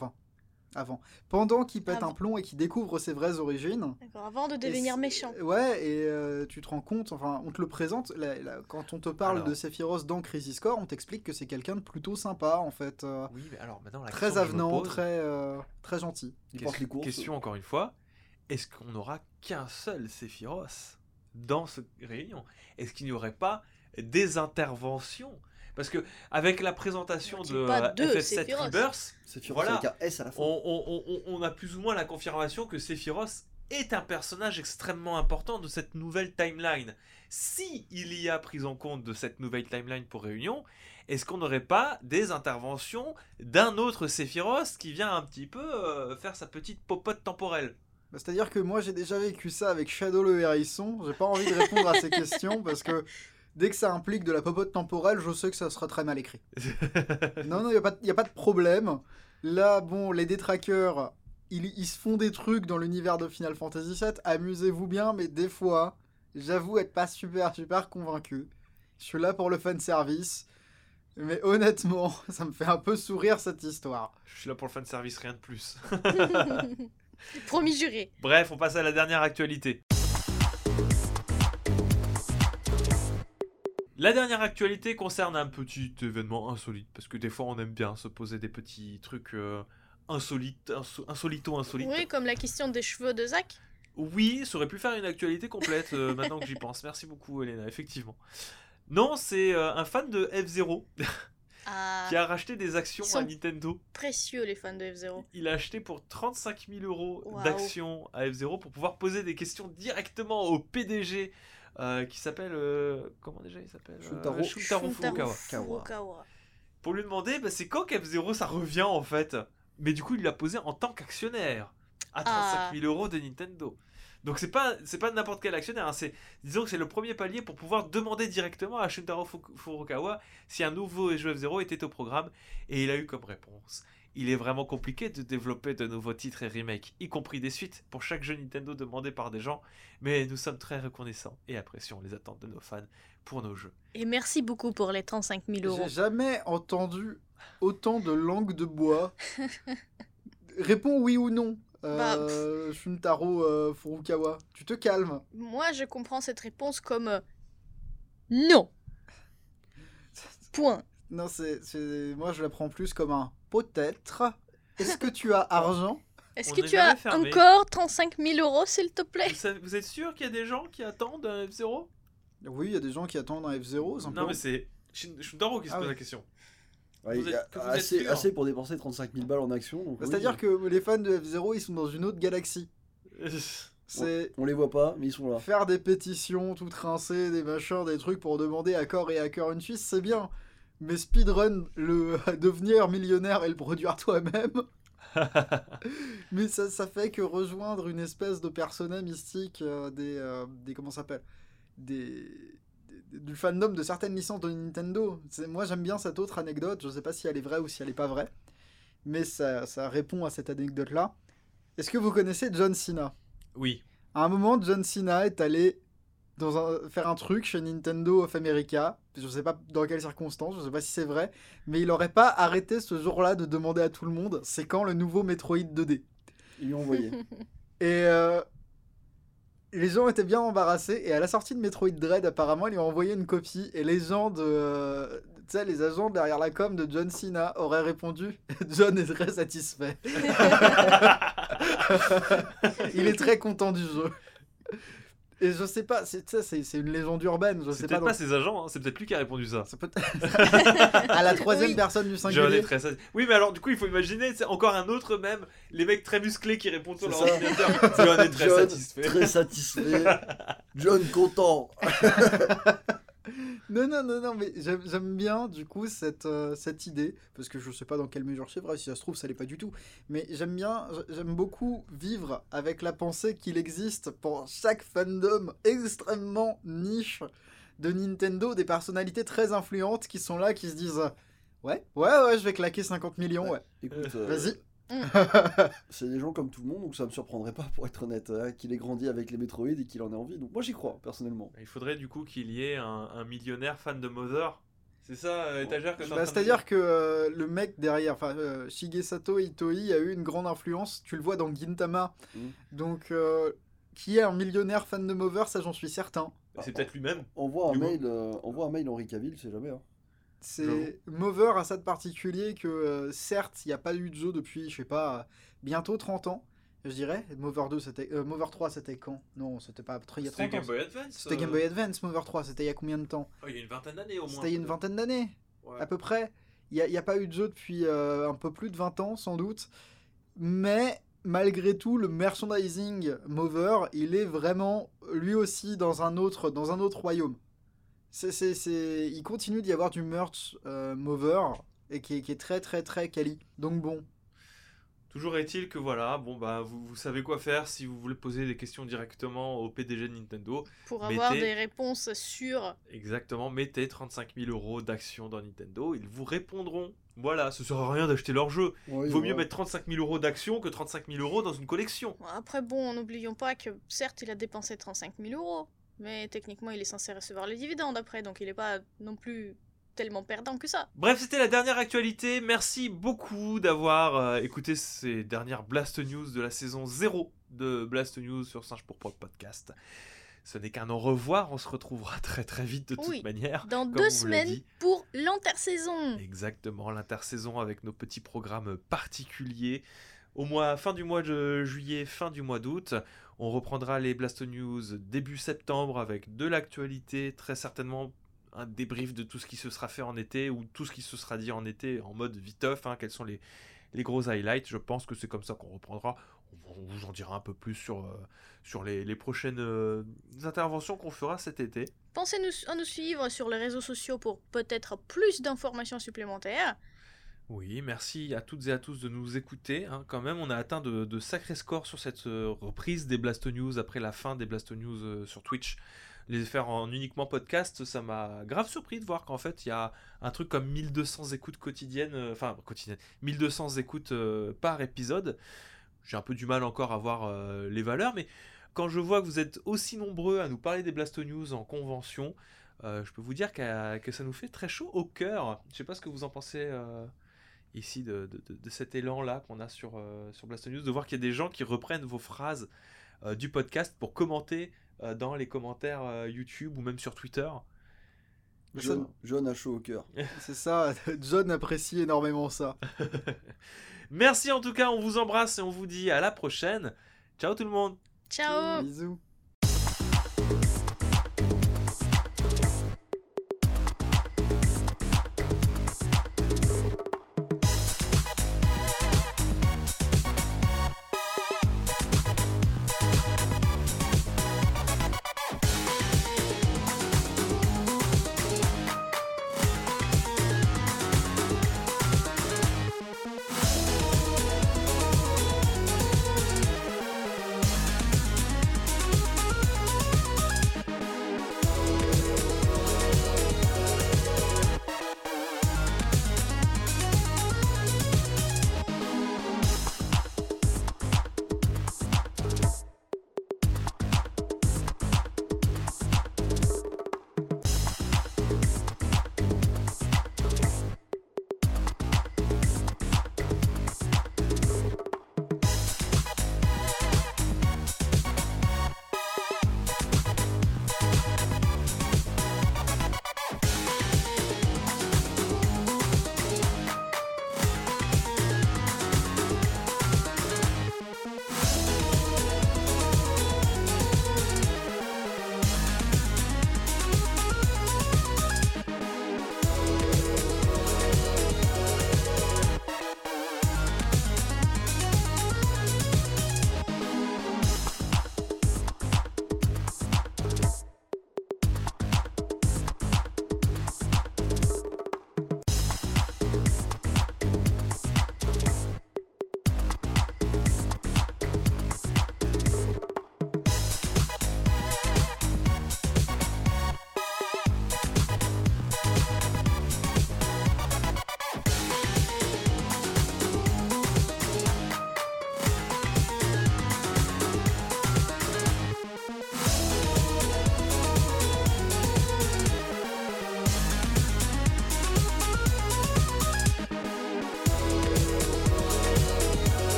pendant qu'il pète Avant. un plomb et qu'il découvre ses vraies origines. D'accord, avant de Et devenir c'est- méchant. Ouais, et tu te rends compte, enfin, on te le présente, quand on te parle Alors. de Sephiroth dans Crisis Core, on t'explique que c'est quelqu'un de plutôt sympa, en fait. Oui, mais alors maintenant, la Très question que je me avenant, pose, très gentil. Il porte les courses. question encore une fois, est-ce qu'on n'aura qu'un seul Sephiroth dans cette réunion? Est-ce qu'il n'y aurait pas des interventions? Parce que avec la présentation Qu'il y de ait pas deux FF7 Sephiroth. Rebirth, Sephiroth Voilà. avec un S à la fin. on a plus ou moins la confirmation que Sephiroth est un personnage extrêmement important de cette nouvelle timeline. Si il y a prise en compte de cette nouvelle timeline pour Réunion, est-ce qu'on n'aurait pas des interventions d'un autre Sephiroth qui vient un petit peu faire sa petite popote temporelle? Bah, c'est-à-dire que moi j'ai déjà vécu ça avec Shadow le hérisson, j'ai pas envie de répondre à ces questions parce que dès que ça implique de la popote temporelle, je sais que ça sera très mal écrit. Non, y a pas de problème. Là, bon, les détraqueurs, ils se font des trucs dans l'univers de Final Fantasy VII, amusez-vous bien, mais des fois, j'avoue être pas super convaincu. Je suis là pour le fan service, mais honnêtement, ça me fait un peu sourire cette histoire. Je suis là pour le fanservice, rien de plus. Promis juré. Bref, on passe à la dernière actualité. La dernière actualité concerne un petit événement insolite, parce que des fois on aime bien se poser des petits trucs insolites. Oui, comme la question des cheveux de Zach. Oui, ça aurait pu faire une actualité complète maintenant que j'y pense. Merci beaucoup, Elena, effectivement. Non, c'est un fan de F-Zero Ah, qui a racheté des actions Ils sont à Nintendo. précieux les fans de F-Zero. Il a acheté pour 35 000 euros Waouh. d'actions à F-Zero pour pouvoir poser des questions directement au PDG qui s'appelle. Comment déjà il s'appelle Shuntaro. Shuntaro Furukawa. Furukawa. Pour lui demander bah, c'est quand qu'F-Zero ça revient en fait. Mais du coup il l'a posé en tant qu'actionnaire à 35 000 euros de Nintendo. Donc c'est pas n'importe quel actionnaire, hein. Disons que c'est le premier palier pour pouvoir demander directement à Shuntaro Furukawa si un nouveau jeu F-Zero était au programme, et il a eu comme réponse: il est vraiment compliqué de développer de nouveaux titres et remakes, y compris des suites, pour chaque jeu Nintendo demandé par des gens, mais nous sommes très reconnaissants et apprécions les attentes de nos fans pour nos jeux. Et merci beaucoup pour les 35 000 euros. J'ai jamais entendu autant de langue de bois. Réponds oui ou non, Shuntaro Furukawa. Tu te calmes. Moi, je comprends cette réponse comme non. Point. Non, moi je la prends plus comme un peut-être. Est-ce que tu as argent? Est-ce On que n'est tu as jamais fermé. encore 35 000 euros, s'il te plaît? Vous êtes sûr qu'il y a des gens qui attendent un F-Zero? Oui, il y a des gens qui attendent un F0, simplement. Non mais c'est Shuntaro qui se Ah pose oui. la question. Ouais, Vous il y a êtes sûr assez pour dépenser 35 000 balles en action. Donc oui, C'est-à-dire que les fans de F0, ils sont dans une autre galaxie. C'est on les voit pas, mais ils sont là. faire des pétitions tout rincées, des machins, des trucs pour demander à corps et à cœur une Suisse, c'est bien. Mais speedrun, le devenir millionnaire et le produire toi-même, mais ça fait que rejoindre une espèce de persona mystique des comment ça s'appelle, du fandom de certaines licences de Nintendo. Moi j'aime bien cette autre anecdote, je sais pas si elle est vraie ou si elle est pas vraie, mais ça répond à cette anecdote là. Est-ce que vous connaissez John Cena? Oui. À un moment, John Cena est allé faire un truc chez Nintendo of America. Je sais pas dans quelles circonstances, je sais pas si c'est vrai, mais il aurait pas arrêté ce jour-là de demander à tout le monde c'est quand le nouveau Metroid 2D. Ils lui ont envoyé. Et les gens étaient bien embarrassés. Et à la sortie de Metroid Dread, apparemment, ils lui ont envoyé une copie. Et les gens tu sais, les agents derrière la com de John Cena auraient répondu John est très satisfait. Il est très content du jeu. Et je sais pas, c'est une légende urbaine. Je C'est sais peut-être pas. pas ses agents, hein, c'est peut-être lui qui a répondu ça. Ça peut... à la troisième Oui. personne du John singulier. est très satisfait. Oui, mais alors du coup, il faut imaginer, c'est encore un autre même, les mecs très musclés qui répondent sur leur C'est ça. ordinateur. John est très John, satisfait. Très satisfait. John content. Non, mais j'aime bien du coup cette idée, parce que je sais pas dans quelle mesure c'est vrai, si ça se trouve ça l'est pas du tout, mais j'aime beaucoup vivre avec la pensée qu'il existe pour chaque fandom extrêmement niche de Nintendo, des personnalités très influentes qui sont là, qui se disent ouais, je vais claquer 50 millions, ouais. Écoute, Vas-y. c'est des gens comme tout le monde, donc ça me surprendrait pas, pour être honnête, qu'il ait grandi avec les Metroid et qu'il en ait envie. Donc moi j'y crois, personnellement. Il faudrait du coup qu'il y ait un millionnaire fan de Mother. C'est ça, étagère que t'es en train de C'est-à-dire dire que le mec derrière, Shigesato Itoi a eu une grande influence, tu le vois dans Gintama. Donc, qui est un millionnaire fan de Mover, ça j'en suis certain. C'est peut-être lui-même. Envoie un Du coup. mail Henri Cavill, c'est jamais. Hein. C'est Mover a ça de particulier que, certes, il n'y a pas eu de jeu depuis, je sais pas, bientôt 30 ans, je dirais. Mover 2, Mover 3, c'était quand? Non, c'était pas il y a 30 C'était ans. Game Boy Advance. C'était Game Boy Advance, Mover 3, c'était il y a combien de temps? Oh, il y a une vingtaine d'années au moins. C'était il y a une vingtaine d'années. Ouais. À peu près. Il n'y a pas eu de jeu depuis un peu plus de 20 ans, sans doute. Mais malgré tout, le merchandising Mover, il est vraiment, lui aussi, dans un autre royaume. Il continue d'y avoir du merch Mover, et qui est très, très, très quali. Donc bon. Toujours est-il que voilà, bon bah vous savez quoi faire si vous voulez poser des questions directement au PDG de Nintendo. Pour avoir Mettez- des réponses sûres. Exactement, mettez 35 000 € d'actions dans Nintendo, ils vous répondront. Voilà, ce sert à rien d'acheter leur jeu. Ouais, Il vaut ouais. mieux mettre 35 000 € d'actions que 35 000 € dans une collection. Après, bon, n'oublions pas que certes, il a dépensé 35 000 €, mais techniquement, il est censé recevoir les dividendes après, donc il n'est pas non plus tellement perdant que ça. Bref, c'était la dernière actualité. Merci beaucoup d'avoir écouté ces dernières Blast News de la saison 0 de Blast News sur Singe pour Podcast. Ce n'est qu'un au revoir, on se retrouvera très très vite de toute Oui. manière. Dans comme 2 on vous l'a semaines dit. pour l'intersaison. Exactement, l'intersaison avec nos petits programmes particuliers. Fin du mois de juillet, fin du mois d'août, on reprendra les Blast News début septembre avec de l'actualité, très certainement un débrief de tout ce qui se sera fait en été ou tout ce qui se sera dit en été en mode viteuf, quels sont les gros highlights. Je pense que c'est comme ça qu'on reprendra. On vous en dira un peu plus sur les prochaines interventions qu'on fera cet été. Pensez à nous suivre sur les réseaux sociaux pour peut-être plus d'informations supplémentaires. Oui, merci à toutes et à tous de nous écouter. Quand même, on a atteint de sacrés scores sur cette reprise des Blast News après la fin des Blast News sur Twitch. Les faire en uniquement podcast, ça m'a grave surpris de voir qu'en fait, il y a un truc comme 1200 écoutes quotidiennes, 1200 écoutes par épisode. J'ai un peu du mal encore à voir les valeurs, mais quand je vois que vous êtes aussi nombreux à nous parler des Blast News en convention, je peux vous dire que ça nous fait très chaud au cœur. Je sais pas ce que vous en pensez ici de cet élan-là qu'on a sur Blast News, de voir qu'il y a des gens qui reprennent vos phrases du podcast pour commenter dans les commentaires YouTube ou même sur Twitter. John a chaud au cœur. C'est ça, John apprécie énormément ça. Merci en tout cas, on vous embrasse et on vous dit à la prochaine. Ciao tout le monde. Ciao. Bisous.